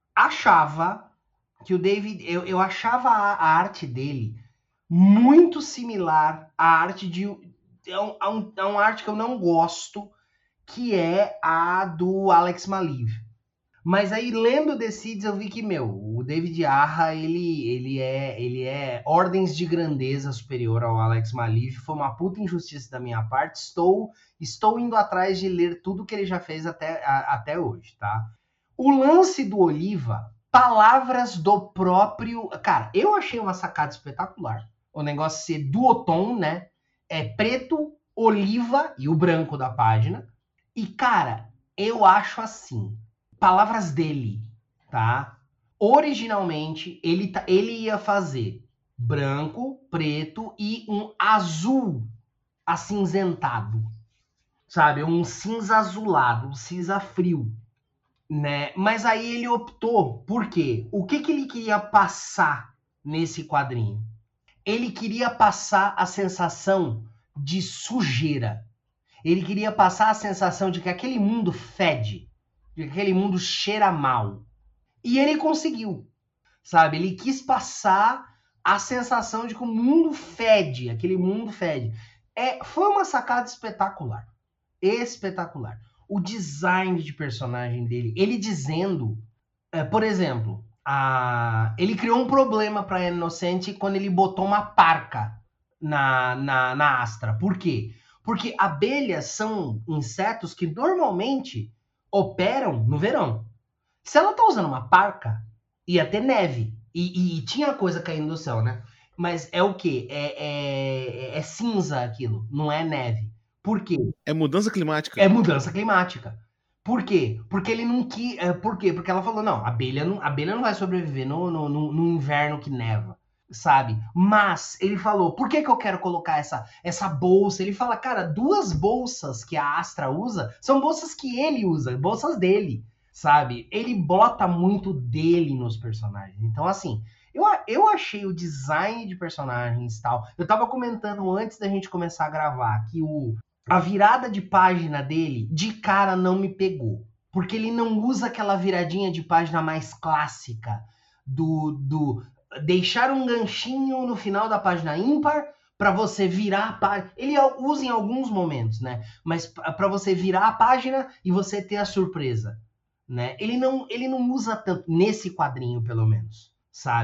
achava que o David... Eu achava a arte dele muito similar à arte de... É uma arte que eu não gosto, que é a do Alex Maleev. Mas aí, lendo The Seeds, eu vi que, o David Arra, ele é ordens de grandeza superior ao Alex Maleev. Foi uma puta injustiça da minha parte. Estou indo atrás de ler tudo que ele já fez até hoje, tá? O lance do Oliva, palavras do próprio... Cara, eu achei uma sacada espetacular. O negócio ser duotom, né? É preto, oliva e o branco da página. E, cara, eu acho assim... Palavras dele, tá? Originalmente, ele ia fazer branco, preto e um azul acinzentado, sabe? Um cinza azulado, um cinza frio, né? Mas aí ele optou, por quê? O que ele queria passar nesse quadrinho? Ele queria passar a sensação de sujeira. Ele queria passar a sensação de que aquele mundo fede, de que aquele mundo cheira mal. E ele conseguiu, sabe? Ele quis passar a sensação de que o mundo fede, aquele mundo fede. Foi uma sacada espetacular. Espetacular. O design de personagem dele, ele dizendo, por exemplo, ele criou um problema para a Inocente quando ele botou uma parca na Astra. Por quê? Porque abelhas são insetos que normalmente operam no verão. Se ela tá usando uma parca, ia ter neve. E tinha coisa caindo do céu, né? Mas é o quê? É cinza aquilo, não é neve. Por quê? É mudança climática. É mudança climática. Por quê? Porque ele não quis... Por quê? Porque ela falou, não, a abelha não vai sobreviver no inverno que neva, sabe? Mas ele falou, por que eu quero colocar essa bolsa? Ele fala, cara, 2 bolsas que a Astra usa são bolsas que ele usa, bolsas dele, sabe? Ele bota muito dele nos personagens. Então, assim, eu achei o design de personagens e tal. Eu tava comentando antes da gente começar a gravar que a virada de página dele, de cara, não me pegou. Porque ele não usa aquela viradinha de página mais clássica do deixar um ganchinho no final da página ímpar para você virar a página. Ele usa em alguns momentos, né? Mas para você virar a página e você ter a surpresa, né? Ele não usa tanto nesse quadrinho, pelo menos, sabe?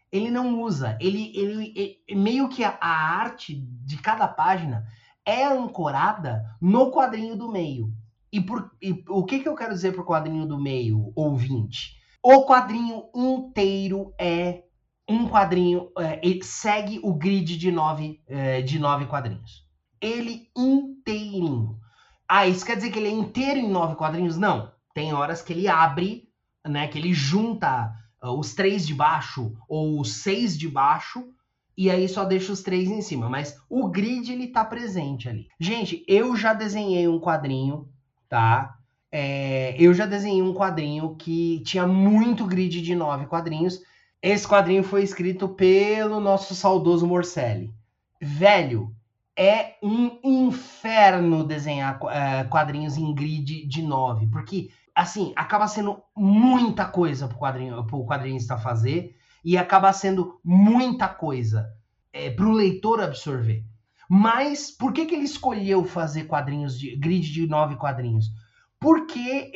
ele não usa. Ele meio que a arte de cada página é ancorada no quadrinho do meio. E o que eu quero dizer pro quadrinho do meio, ouvinte? O quadrinho inteiro é um quadrinho, ele segue o grid de 9 quadrinhos. Ele inteirinho. Ah, isso quer dizer que ele é inteiro em 9 quadrinhos? Não. Tem horas que ele abre, né, que ele junta os 3 de baixo ou os 6 de baixo, e aí só deixa os 3 em cima. Mas o grid, ele tá presente ali. Gente, eu já desenhei um quadrinho, tá? Eu já desenhei um quadrinho que tinha muito grid de 9 quadrinhos. Esse quadrinho foi escrito pelo nosso saudoso Morcelli. Velho, é um inferno desenhar quadrinhos em grid de 9, porque, assim, acaba sendo muita coisa pro quadrinista fazer, e acaba sendo muita coisa pro leitor absorver. Mas, por que ele escolheu fazer quadrinhos de grid de 9 quadrinhos? Porque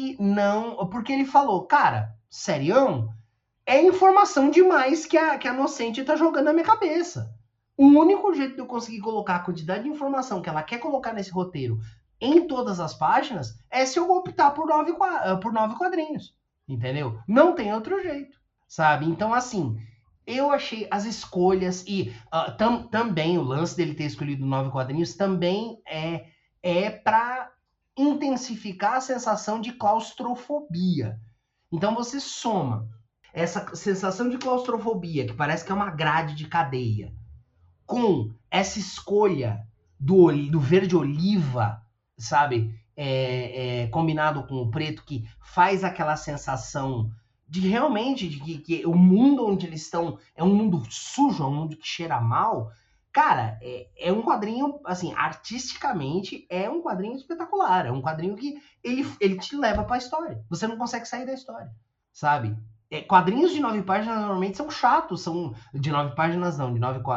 ele falou, cara, serião? É informação demais que a Nocente tá jogando na minha cabeça. O único jeito de eu conseguir colocar a quantidade de informação que ela quer colocar nesse roteiro em todas as páginas é se eu optar por 9 quadrinhos. Entendeu? Não tem outro jeito, sabe? Então, assim, eu achei as escolhas e também o lance dele ter escolhido 9 quadrinhos também é para intensificar a sensação de claustrofobia. Então, você soma essa sensação de claustrofobia, que parece que é uma grade de cadeia, com essa escolha do verde oliva, sabe? Combinado com o preto, que faz aquela sensação de realmente de que o mundo onde eles estão é um mundo sujo, é um mundo que cheira mal. Cara, é um quadrinho, assim, artisticamente, é um quadrinho espetacular. É um quadrinho que ele te leva pra história. Você não consegue sair da história, sabe? Quadrinhos de 9 páginas normalmente são chatos, são de 9 páginas não,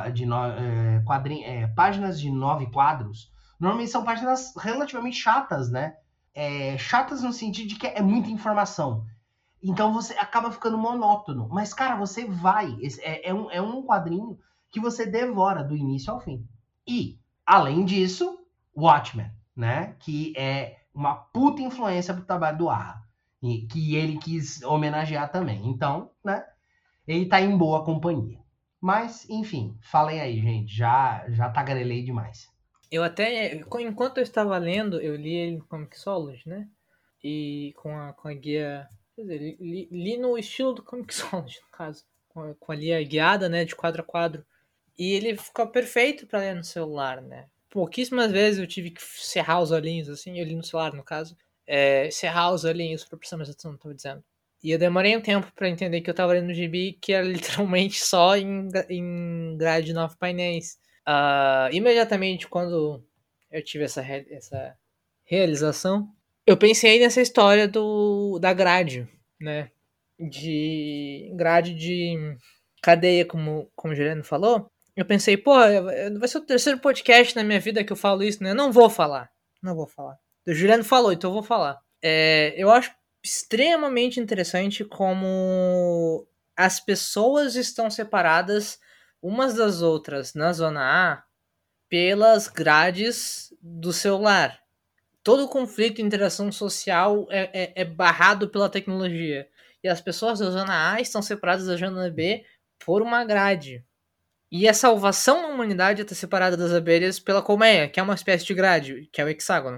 páginas de 9 quadros. Normalmente são páginas relativamente chatas, né? Chatas no sentido de que é muita informação. Então você acaba ficando monótono. Mas, cara, você vai. É um quadrinho que você devora do início ao fim. E, além disso, Watchmen, né? Que é uma puta influência pro trabalho do Arra. Que ele quis homenagear também. Então, né? Ele tá em boa companhia. Mas, enfim, falei aí, gente. Já tagarelei demais. Eu até, enquanto eu estava lendo, eu li ele no Comixology, né? E com a guia... Quer dizer, li no estilo do Comixology, no caso. Com a guia guiada, né? De quadro a quadro. E ele ficou perfeito para ler no celular, né? Pouquíssimas vezes eu tive que cerrar os olhinhos, assim. Eu li no celular, no caso. Cerrar os olhinhos para prestar mais atenção, estava dizendo. E eu demorei um tempo para entender que eu estava lendo no gibi, que era literalmente só em grade de 9 painéis. Imediatamente quando eu tive essa realização, eu pensei nessa história da grade, né? De grade de cadeia, como o Juliano falou. Eu pensei, pô, vai ser o terceiro podcast na minha vida que eu falo isso, né? Não vou falar. O Juliano falou, então eu vou falar. Eu acho extremamente interessante como as pessoas estão separadas umas das outras na Zona A pelas grades do celular. Todo o conflito e interação social é barrado pela tecnologia. E as pessoas da Zona A estão separadas da Zona B por uma grade. E a salvação da humanidade está separada das abelhas pela colmeia, que é uma espécie de grade, que é o hexágono.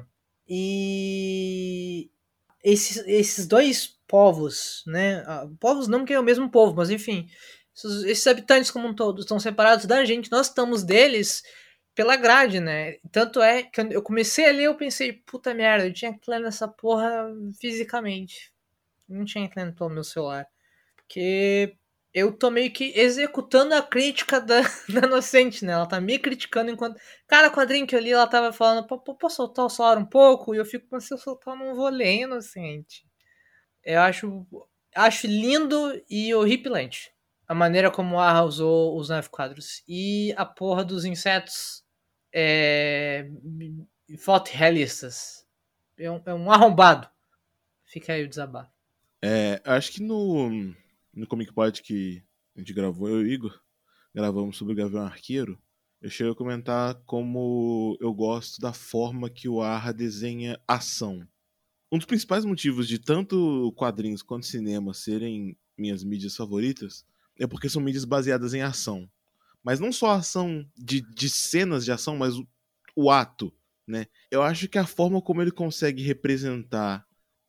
E esses dois povos, né? Povos não que é o mesmo povo, mas enfim, esses habitantes como um todo estão separados da gente, nós estamos deles pela grade, né? Tanto é que eu comecei a ler, eu pensei, puta merda, eu tinha que ler nessa porra fisicamente. Não tinha que ler pelo meu celular. Porque eu tô meio que executando a crítica da Inocente, né? Ela tá me criticando enquanto... Cada quadrinho que eu li, ela tava falando, posso soltar o celular um pouco? E eu fico, mas se eu soltar, eu não vou ler, Inocente. Eu acho lindo e horripilante a maneira como o Arra usou os 9 quadros. E a porra dos insetos fotorrealistas. É um arrombado. Fica aí o desabafo. Acho que no Comic Pod que a gente gravou, eu e o Igor, gravamos sobre o Gavião Arqueiro, eu cheguei a comentar como eu gosto da forma que o Arra desenha ação. Um dos principais motivos de tanto quadrinhos quanto cinema serem minhas mídias favoritas é porque são mídias baseadas em ação. Mas não só a ação de cenas de ação, mas o ato, né? Eu acho que a forma como ele consegue representar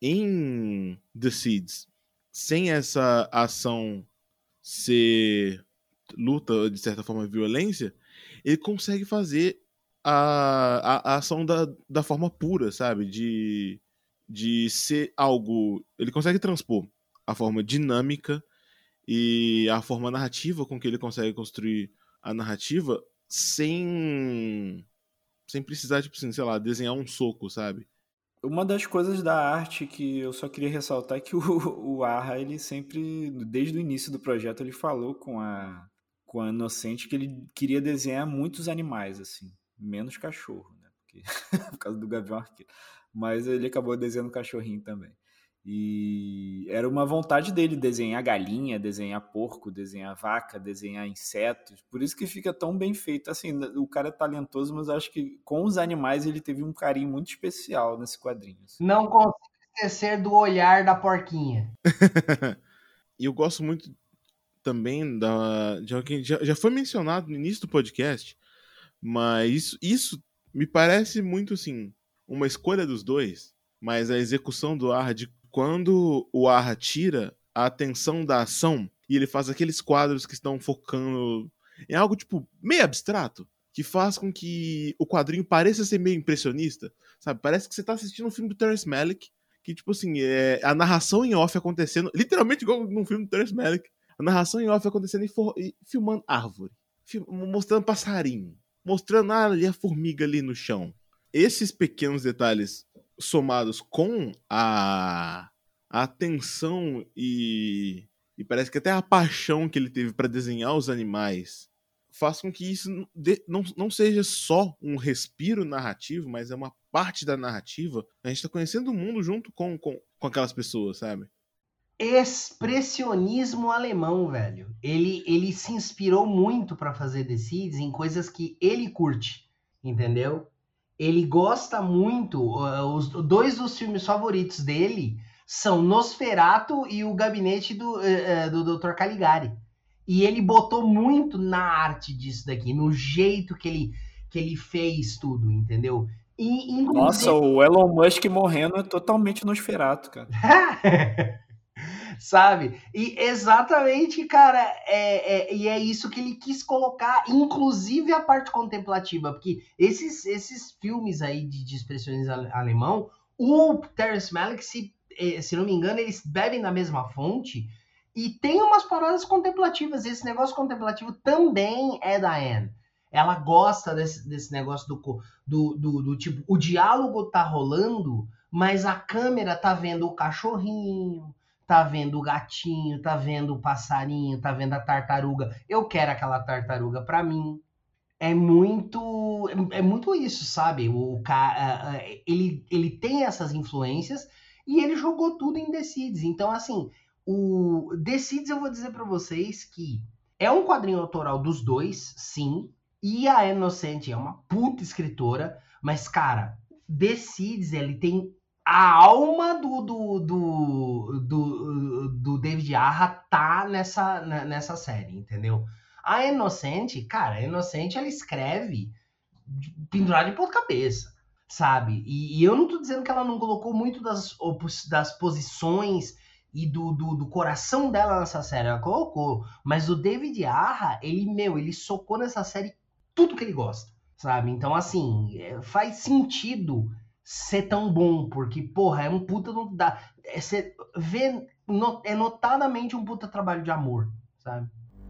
em The Seeds, sem essa ação ser luta, de certa forma, violência, ele consegue fazer a ação da forma pura, sabe? De ser algo... Ele consegue transpor a forma dinâmica e a forma narrativa com que ele consegue construir a narrativa sem precisar, tipo assim, sei lá, desenhar um soco, sabe? Uma das coisas da arte que eu só queria ressaltar é que o Arra, ele sempre, desde o início do projeto, ele falou com a Inocente que ele queria desenhar muitos animais, assim, menos cachorro, né? Porque, por causa do Gavião Arqueiro. Mas ele acabou desenhando cachorrinho também. E era uma vontade dele desenhar galinha, desenhar porco, desenhar vaca, desenhar insetos. Por isso que fica tão bem feito. Assim, o cara é talentoso, mas eu acho que com os animais ele teve um carinho muito especial nesse quadrinho. Assim. Não consigo esquecer do olhar da porquinha. E eu gosto muito também de alguém já foi mencionado no início do podcast, mas isso me parece muito assim uma escolha dos dois, mas a execução do Arra, de quando o Arra tira a atenção da ação e ele faz aqueles quadros que estão focando em algo tipo meio abstrato, que faz com que o quadrinho pareça ser meio impressionista, sabe? Parece que você tá assistindo um filme do Terrence Malick, que tipo assim, é a narração em off acontecendo, literalmente igual num filme do Terrence Malick, a narração em off acontecendo e filmando árvore, mostrando passarinho, mostrando ali a formiga ali no chão. Esses pequenos detalhes somados com a atenção e parece que até a paixão que ele teve para desenhar os animais faz com que isso não seja só um respiro narrativo, mas é uma parte da narrativa. A gente tá conhecendo o mundo junto com aquelas pessoas, sabe? Expressionismo alemão, velho. Ele se inspirou muito para fazer The Seeds em coisas que ele curte, entendeu? Ele gosta muito. Os dois dos filmes favoritos dele são Nosferatu e O Gabinete do Dr. Caligari. E ele botou muito na arte disso daqui, no jeito que ele fez tudo, entendeu? E, Nossa, o Elon Musk morrendo é totalmente Nosferatu, cara. Sabe? E exatamente, cara, e é isso que ele quis colocar, inclusive a parte contemplativa, porque esses filmes aí de expressionismo alemão, o Terrence Malick, se não me engano, eles bebem da mesma fonte e tem umas paradas contemplativas. Esse negócio contemplativo também é da Anne. Ela gosta desse negócio do tipo, o diálogo tá rolando, mas a câmera tá vendo o cachorrinho, tá vendo o gatinho, tá vendo o passarinho, tá vendo a tartaruga. Eu quero aquela tartaruga para mim. É muito isso, sabe? O cara, ele tem essas influências e ele jogou tudo em The Seeds. Então, assim, o The Seeds eu vou dizer para vocês que é um quadrinho autoral dos dois, sim. E a Inocente é uma puta escritora, mas, cara, The Seeds, ele tem a alma do David Arra tá nessa série, entendeu? A Inocente, cara, a Inocente, ela escreve pendurada de ponta cabeça, sabe? E eu não tô dizendo que ela não colocou muito das posições e do coração dela nessa série, ela colocou. Mas o David Arra, ele socou nessa série tudo que ele gosta, sabe? Então, assim, faz sentido ser tão bom, porque, porra, é um puta... Você vê, é notadamente um puta trabalho de amor, sabe?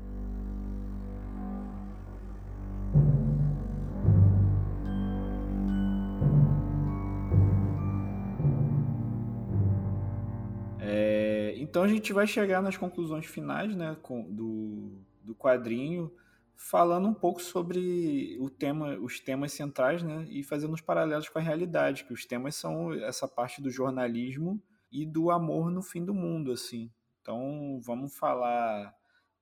Então a gente vai chegar nas conclusões finais, né, do quadrinho, falando um pouco sobre os temas centrais, né, e fazendo os paralelos com a realidade, que os temas são essa parte do jornalismo e do amor no fim do mundo, assim. Então vamos falar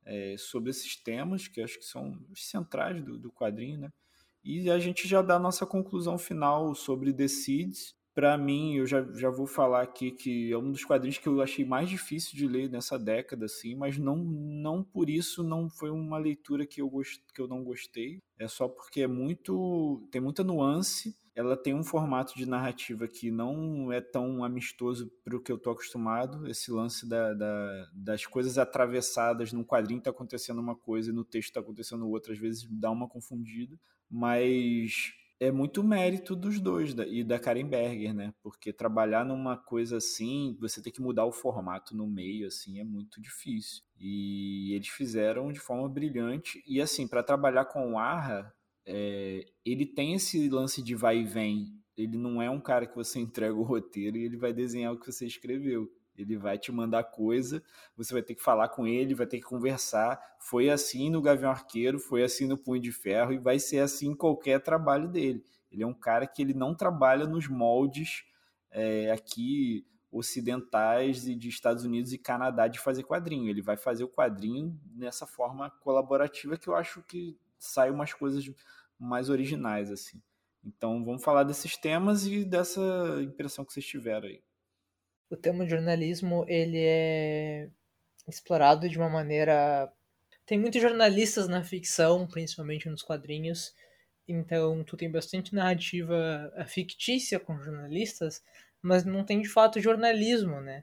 sobre esses temas, que acho que são os centrais do quadrinho, né? E a gente já dá a nossa conclusão final sobre The Seeds. Para mim, eu já vou falar aqui que é um dos quadrinhos que eu achei mais difícil de ler nessa década, assim, mas não por isso não foi uma leitura que eu não gostei. É só porque tem muita nuance. Ela tem um formato de narrativa que não é tão amistoso para o que eu estou acostumado. Esse lance das coisas atravessadas num quadrinho está acontecendo uma coisa e no texto está acontecendo outra, às vezes dá uma confundida. Mas é muito mérito dos dois e da Karen Berger, né? Porque trabalhar numa coisa assim, você tem que mudar o formato no meio, assim, é muito difícil. E eles fizeram de forma brilhante. E assim, para trabalhar com o Arra, ele tem esse lance de vai e vem. Ele não é um cara que você entrega o roteiro e ele vai desenhar o que você escreveu. Ele vai te mandar coisa, você vai ter que falar com ele, vai ter que conversar. Foi assim no Gavião Arqueiro, foi assim no Punho de Ferro e vai ser assim em qualquer trabalho dele. Ele é um cara que ele não trabalha nos moldes aqui ocidentais e de Estados Unidos e Canadá de fazer quadrinho. Ele vai fazer o quadrinho nessa forma colaborativa que eu acho que sai umas coisas mais originais, assim. Então vamos falar desses temas e dessa impressão que vocês tiveram aí. O tema de jornalismo, ele é explorado de uma maneira... Tem muitos jornalistas na ficção, principalmente nos quadrinhos, então tu tem bastante narrativa fictícia com jornalistas, mas não tem de fato jornalismo, né?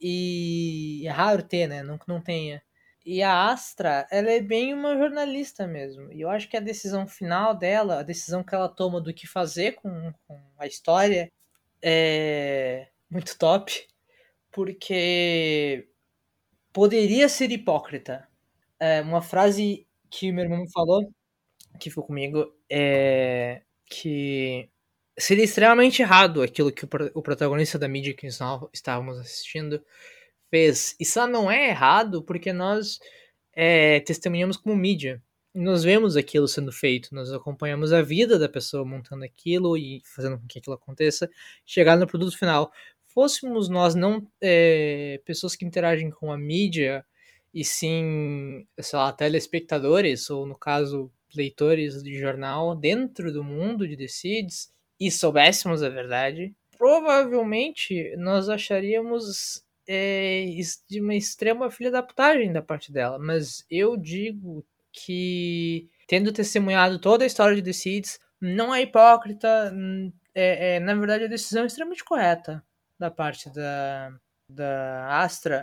E é raro ter, né? Não tenha. E a Astra, ela é bem uma jornalista mesmo. E eu acho que a decisão final dela, a decisão que ela toma do que fazer com a história, é muito top, porque poderia ser hipócrita. Uma frase que meu irmão me falou, que foi comigo, é que seria extremamente errado aquilo que o protagonista da mídia que nós estávamos assistindo fez. E só não é errado porque nós testemunhamos como mídia. Nós vemos aquilo sendo feito, nós acompanhamos a vida da pessoa montando aquilo e fazendo com que aquilo aconteça, chegar no produto final. Fôssemos nós não pessoas que interagem com a mídia, e sim, sei lá, telespectadores, ou no caso, leitores de jornal, dentro do mundo de The Seeds, e soubéssemos a verdade, provavelmente nós acharíamos de uma extrema filha da putagem da parte dela. Mas eu digo que, tendo testemunhado toda a história de The Seeds, não é hipócrita, na verdade a decisão é extremamente correta da parte da Astra,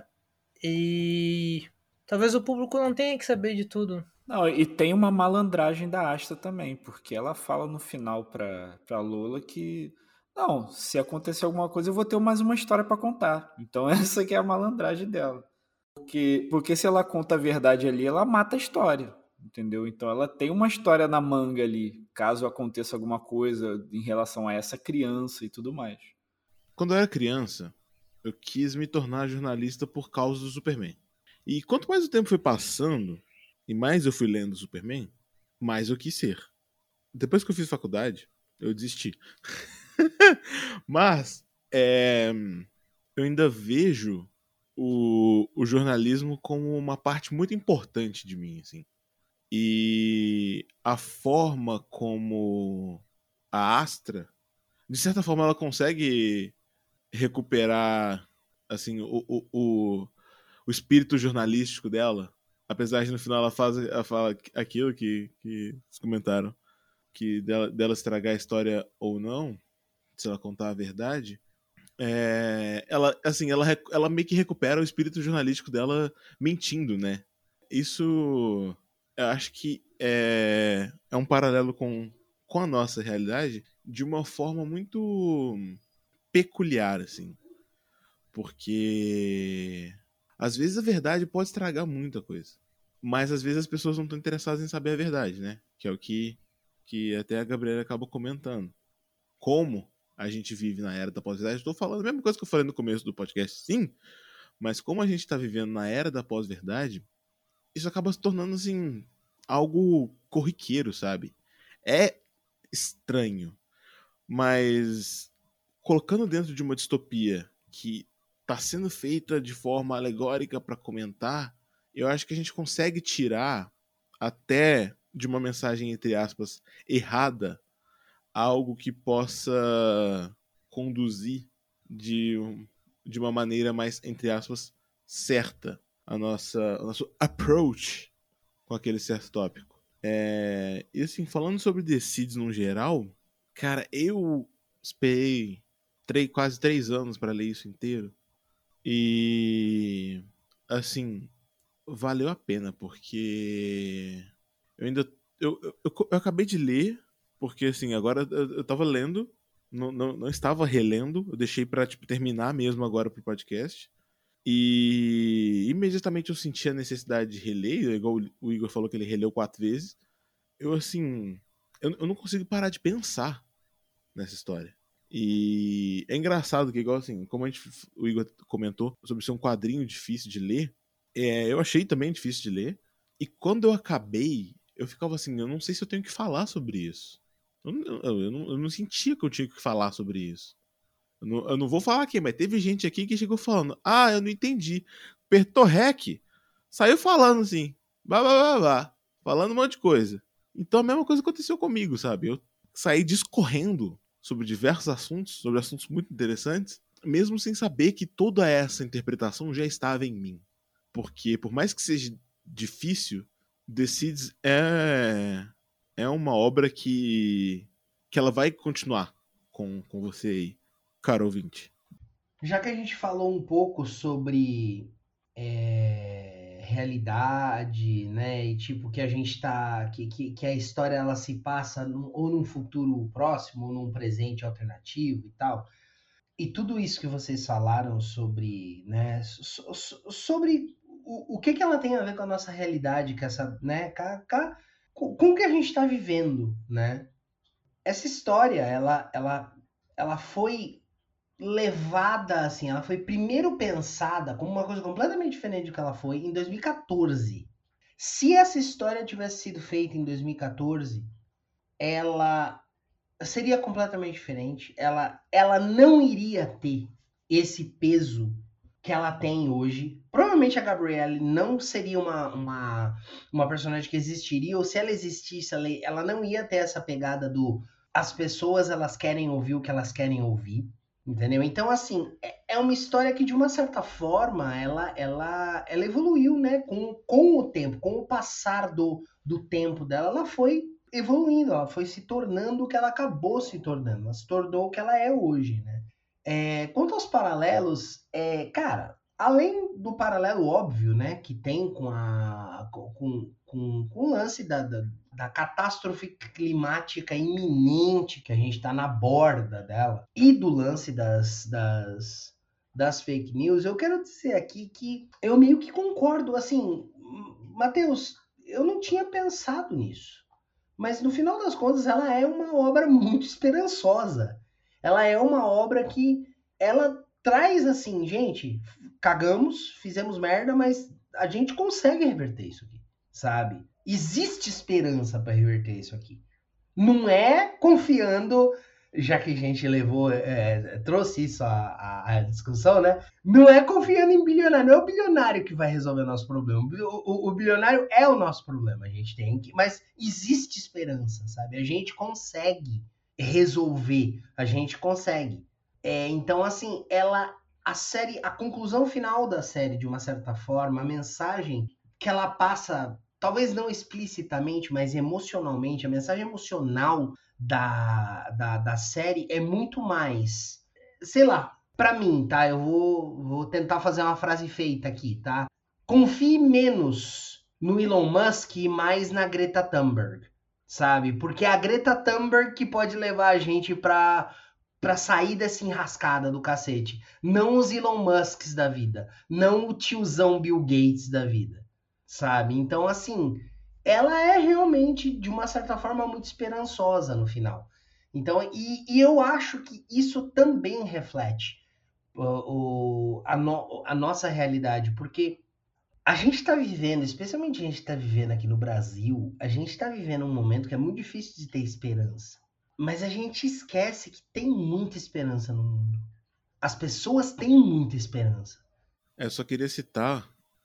e talvez o público não tenha que saber de tudo. Não, e tem uma malandragem da Asta também, porque ela fala no final pra Lola que não, se acontecer alguma coisa eu vou ter mais uma história pra contar. Então essa que é a malandragem dela. Porque se ela conta a verdade ali, ela mata a história, entendeu? Então ela tem uma história na manga ali, caso aconteça alguma coisa em relação a essa criança e tudo mais. Quando eu era criança, eu quis me tornar jornalista por causa do Superman. E quanto mais o tempo foi passando, e mais eu fui lendo Superman, mais eu quis ser. Depois que eu fiz faculdade, eu desisti. Mas eu ainda vejo o jornalismo como uma parte muito importante de mim, assim. E a forma como a Astra, de certa forma, ela consegue recuperar assim o espírito jornalístico dela, apesar de no final ela fala aquilo que vocês comentaram, que dela estragar a história ou não, se ela contar a verdade. Ela meio que recupera o espírito jornalístico dela mentindo, né? Isso eu acho que é um paralelo com a nossa realidade de uma forma muito peculiar, assim. Porque às vezes a verdade pode estragar muita coisa. Mas às vezes as pessoas não estão interessadas em saber a verdade, né? Que é o que até a Gabriela acabou comentando. Como a gente vive na era da pós-verdade, estou falando a mesma coisa que eu falei no começo do podcast, sim, mas como a gente está vivendo na era da pós-verdade, isso acaba se tornando, assim, algo corriqueiro, sabe? É estranho, mas colocando dentro de uma distopia que está sendo feita de forma alegórica para comentar, eu acho que a gente consegue tirar até de uma mensagem, entre aspas, errada, algo que possa conduzir de uma maneira mais, entre aspas, certa o nosso approach com aquele certo tópico. E assim, falando sobre The Seeds no geral, cara, eu esperei quase 3 anos para ler isso inteiro. E assim, valeu a pena, porque eu acabei de ler, porque assim, agora eu tava lendo, não estava relendo, eu deixei pra terminar mesmo agora pro podcast. E imediatamente eu senti a necessidade de reler, igual o Igor falou que ele releu 4 vezes. Eu assim, eu não consigo parar de pensar nessa história. E é engraçado que, igual assim, como o Igor comentou sobre ser um quadrinho difícil de ler, eu achei também difícil de ler. E quando eu acabei, eu ficava assim, eu não sei se eu tenho que falar sobre isso. Eu não sentia que eu tinha que falar sobre isso. Eu não vou falar aqui, mas teve gente aqui que chegou falando, eu não entendi. Apertou REC, saiu falando assim, falando um monte de coisa. Então a mesma coisa aconteceu comigo, sabe? Eu saí discorrendo sobre diversos assuntos, sobre assuntos muito interessantes, mesmo sem saber que toda essa interpretação já estava em mim. Porque, por mais que seja difícil, The Seeds é uma obra que ela vai continuar com você aí, caro ouvinte. Já que a gente falou um pouco sobre realidade, né, e tipo que a gente tá, que a história ela se passa ou num futuro próximo ou num presente alternativo e tal, e tudo isso que vocês falaram sobre, né, sobre o que ela tem a ver com a nossa realidade, com essa, né, com o que a gente está vivendo, né? Essa história, ela foi levada assim, ela foi primeiro pensada como uma coisa completamente diferente do que ela foi em 2014. Se essa história tivesse sido feita em 2014, ela seria completamente diferente. Ela não iria ter esse peso que ela tem hoje. Provavelmente a Gabrielle não seria uma personagem que existiria, ou se ela existisse, ela não ia ter essa pegada do as pessoas elas querem ouvir o que elas querem ouvir. Entendeu? Então, assim, é uma história que, de uma certa forma, ela evoluiu, né? Com o tempo, com o passar do tempo dela, ela foi evoluindo, ela foi se tornando o que ela acabou se tornando. Ela se tornou o que ela é hoje, né? Quanto aos paralelos, cara, além do paralelo óbvio, né, que tem com o lance da catástrofe climática iminente que a gente está na borda dela e do lance das fake news, eu quero dizer aqui que eu meio que concordo, assim, Matheus, eu não tinha pensado nisso, mas no final das contas ela é uma obra muito esperançosa. Ela é uma obra que ela traz assim, gente, cagamos, fizemos merda, mas a gente consegue reverter isso aqui, sabe? Existe esperança para reverter isso aqui. Não é confiando, já que a gente trouxe isso à discussão, né? Não é confiando em bilionário, não é o bilionário que vai resolver o nosso problema. O bilionário é o nosso problema, a gente tem que, mas existe esperança, sabe? A gente consegue resolver, a gente consegue. Então, assim, a conclusão final da série, de uma certa forma, a mensagem que ela passa, talvez não explicitamente, mas emocionalmente, a mensagem emocional da série é muito mais, sei lá, pra mim, tá? Eu vou tentar fazer uma frase feita aqui, tá? Confie menos no Elon Musk e mais na Greta Thunberg, sabe? Porque é a Greta Thunberg que pode levar a gente pra sair dessa enrascada do cacete. Não os Elon Musks da vida. Não o tiozão Bill Gates da vida. Sabe? Então, assim, ela é realmente, de uma certa forma, muito esperançosa no final. Então, e eu acho que isso também reflete a nossa realidade, porque a gente está vivendo, especialmente a gente está vivendo aqui no Brasil, a gente está vivendo um momento que é muito difícil de ter esperança. Mas a gente esquece que tem muita esperança no mundo. As pessoas têm muita esperança. Eu só queria citar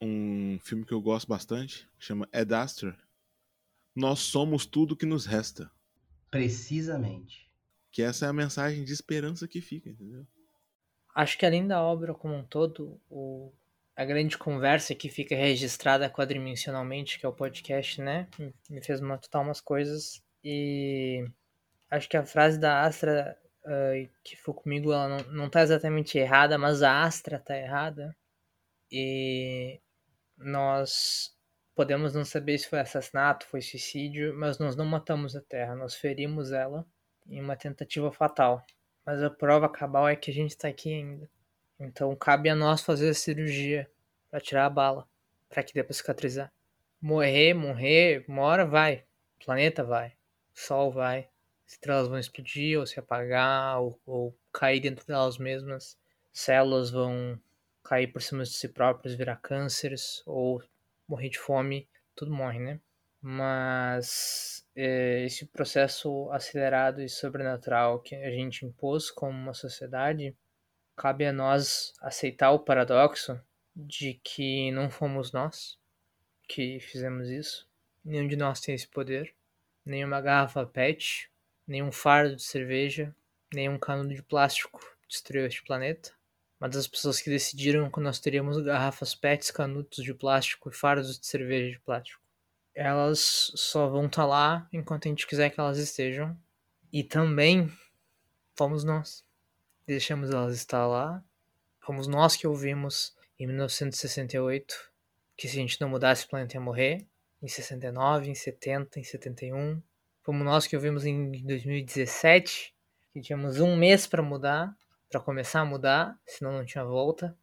um filme que eu gosto bastante, que chama Ad Astra. Nós somos tudo que nos resta. Precisamente. Que essa é a mensagem de esperança que fica, entendeu? Acho que além da obra como um todo, a grande conversa que fica registrada quadrimensionalmente, que é o podcast, né? Me fez notar umas coisas. E acho que a frase da Astra que foi comigo, ela não tá exatamente errada, mas a Astra tá errada. E nós podemos não saber se foi assassinato, foi suicídio, mas nós não matamos a Terra, nós ferimos ela em uma tentativa fatal. Mas a prova cabal é que a gente tá aqui ainda. Então cabe a nós fazer a cirurgia para tirar a bala, para que dê pra cicatrizar. Morrer, uma hora vai. O planeta vai. O sol vai. Estrelas vão explodir ou se apagar ou cair dentro delas mesmas. Células vão cair por cima de si próprias, virar cânceres ou morrer de fome. Tudo morre, né? Mas esse processo acelerado e sobrenatural que a gente impôs como uma sociedade, cabe a nós aceitar o paradoxo de que não fomos nós que fizemos isso. Nenhum de nós tem esse poder. Nenhuma garrafa PET, nenhum fardo de cerveja, nenhum canudo de plástico destruiu este planeta. Mas as pessoas que decidiram que nós teríamos garrafas PETs, canudos de plástico e fardos de cerveja de plástico, elas só vão estar lá enquanto a gente quiser que elas estejam. E também fomos nós. Deixamos elas estar lá. Fomos nós que ouvimos em 1968 que se a gente não mudasse o planeta ia morrer. Em 69, em 70, em 71. Fomos nós que ouvimos em 2017 que tínhamos um mês para mudar, para começar a mudar, senão não tinha volta.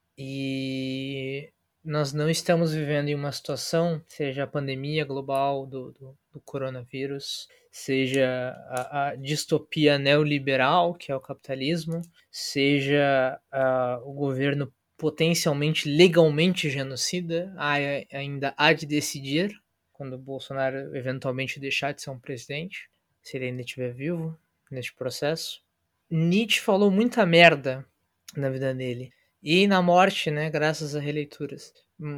E nós não estamos vivendo em uma situação, seja a pandemia global do coronavírus, seja a distopia neoliberal, que é o capitalismo, seja o governo potencialmente, legalmente genocida, ainda há de decidir, quando o Bolsonaro eventualmente deixar de ser um presidente, se ele ainda estiver vivo neste processo. Nietzsche falou muita merda na vida dele. E na morte, né, graças a releituras.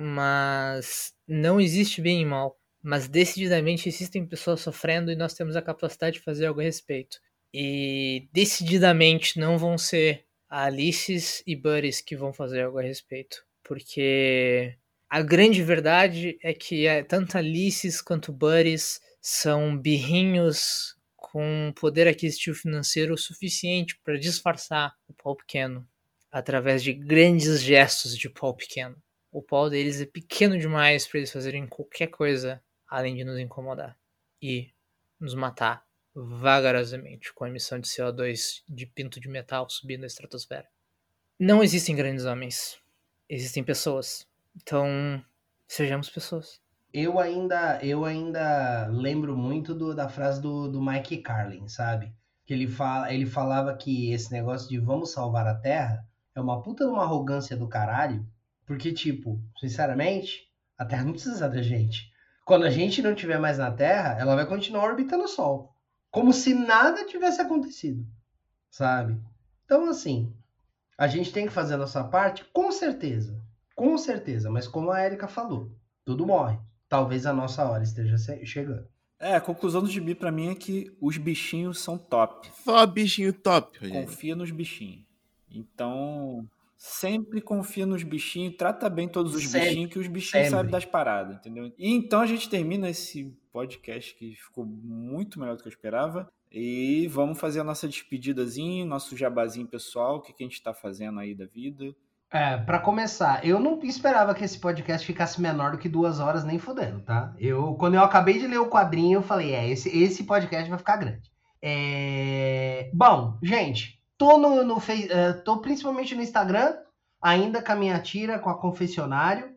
Mas não existe bem e mal. Mas decididamente existem pessoas sofrendo e nós temos a capacidade de fazer algo a respeito. E decididamente não vão ser Alices e Buddies que vão fazer algo a respeito. Porque a grande verdade é que tanto Alices quanto Buddies são birrinhos com poder aquisitivo financeiro suficiente para disfarçar o pau pequeno através de grandes gestos de pau pequeno. O pau deles é pequeno demais para eles fazerem qualquer coisa além de nos incomodar e nos matar vagarosamente com a emissão de CO2 de pinto de metal subindo a estratosfera. Não existem grandes homens, existem pessoas. Então, sejamos pessoas. Eu ainda lembro muito da frase do Mike Carlin, sabe? Que ele falava que esse negócio de vamos salvar a Terra é uma puta de uma arrogância do caralho, porque, tipo, sinceramente, a Terra não precisa da gente. Quando a gente não estiver mais na Terra, ela vai continuar orbitando o Sol. Como se nada tivesse acontecido, sabe? Então, assim, a gente tem que fazer a nossa parte, com certeza, mas como a Erika falou, tudo morre. Talvez a nossa hora esteja chegando. A conclusão do gibi pra mim é que os bichinhos são top. Só bichinho top. Confia nos bichinhos. Então, sempre confia nos bichinhos, trata bem todos os bichinhos, que os bichinhos sabem das paradas, entendeu? E então a gente termina esse podcast que ficou muito melhor do que eu esperava. E vamos fazer a nossa despedidazinha, nosso jabazinho pessoal, o que a gente tá fazendo aí da vida. Pra começar, eu não esperava que esse podcast ficasse menor do que 2 horas, nem fudendo, tá? Quando eu acabei de ler o quadrinho, eu falei, esse podcast vai ficar grande. Bom, gente, tô principalmente no Instagram, ainda com a minha tira, com a Confessionário,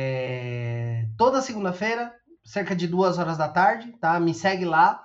toda segunda-feira, cerca de 2 horas da tarde, tá? Me segue lá,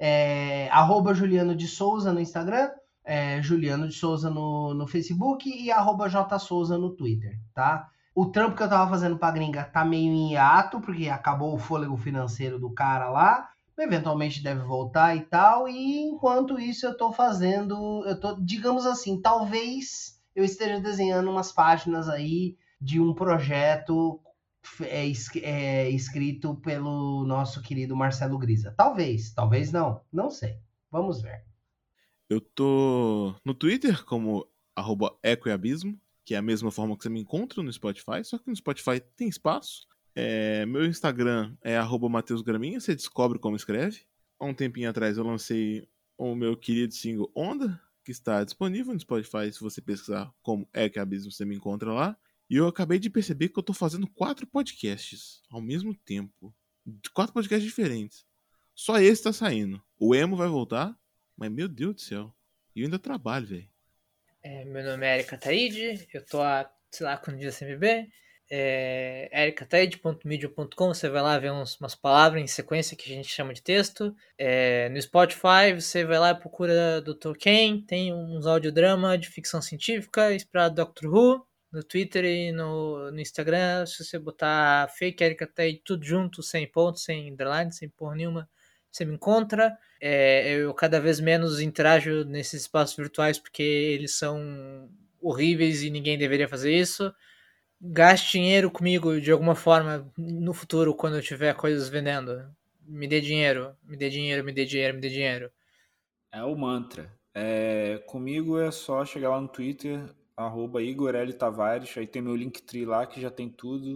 @Juliano de Souza no Instagram, Juliano de Souza no Facebook e @JSouza no Twitter, tá? O trampo que eu tava fazendo pra gringa tá meio em hiato, porque acabou o fôlego financeiro do cara lá, eventualmente deve voltar e tal, e enquanto isso eu tô digamos assim, talvez eu esteja desenhando umas páginas aí de um projeto é escrito pelo nosso querido Marcelo Grisa. Talvez não sei. Vamos ver. Eu tô no Twitter como @ecoeabismo, que é a mesma forma que você me encontra no Spotify, só que no Spotify tem espaço. Meu Instagram é @mateusgraminha, você descobre como escreve. Há um tempinho atrás eu lancei o meu querido single Onda, que está disponível no Spotify. Se você pesquisar como Ecoeabismo, você me encontra lá. E eu acabei de perceber que eu tô fazendo 4 podcasts ao mesmo tempo. 4 podcasts diferentes. Só esse tá saindo. O Emo vai voltar, mas meu Deus do céu. E eu ainda trabalho, velho. Meu nome é Erika Taide, eu tô há, sei lá, quando dia sem beber. ericataide.medium.com, você vai lá ver umas palavras em sequência que a gente chama de texto. No Spotify, você vai lá e procura Dr. Ken, tem uns audiodrama de ficção científica inspirado do Doctor Who. No Twitter e no Instagram, se você botar fake Erika Taide tudo junto, sem ponto, sem underline, sem porra nenhuma, você me encontra. Eu cada vez menos interajo nesses espaços virtuais porque eles são horríveis e ninguém deveria fazer isso. Gaste dinheiro comigo de alguma forma no futuro quando eu tiver coisas vendendo. Me dê dinheiro, me dê dinheiro, me dê dinheiro, me dê dinheiro. É o mantra. Comigo é só chegar lá no Twitter, @IgorLTavares, aí tem meu Linktree lá que já tem tudo.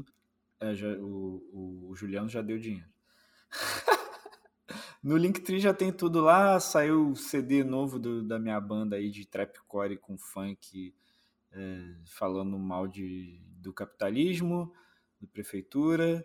O Juliano já deu dinheiro. No Linktree já tem tudo lá, saiu o CD novo da minha banda aí de trapcore com funk, falando mal do capitalismo, da prefeitura.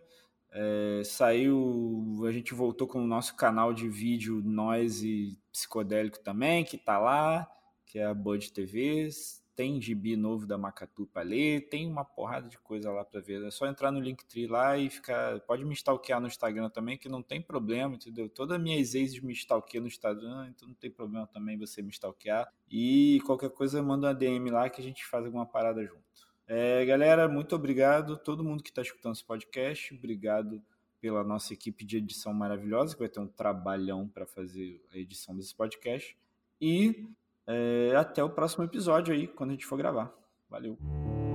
A gente voltou com o nosso canal de vídeo noise psicodélico também, que tá lá, que é a Bud TV. Tem gibi novo da Macatu pra ler, tem uma porrada de coisa lá pra ver. É só entrar no Linktree lá e ficar. Pode me stalkear no Instagram também, que não tem problema, entendeu? Todas as minhas ex me stalkeiam no Instagram, então não tem problema também você me stalkear. E qualquer coisa, manda uma DM lá que a gente faz alguma parada junto. Galera, muito obrigado. Todo mundo que está escutando esse podcast, obrigado pela nossa equipe de edição maravilhosa, que vai ter um trabalhão para fazer a edição desse podcast. E até o próximo episódio aí, quando a gente for gravar. Valeu!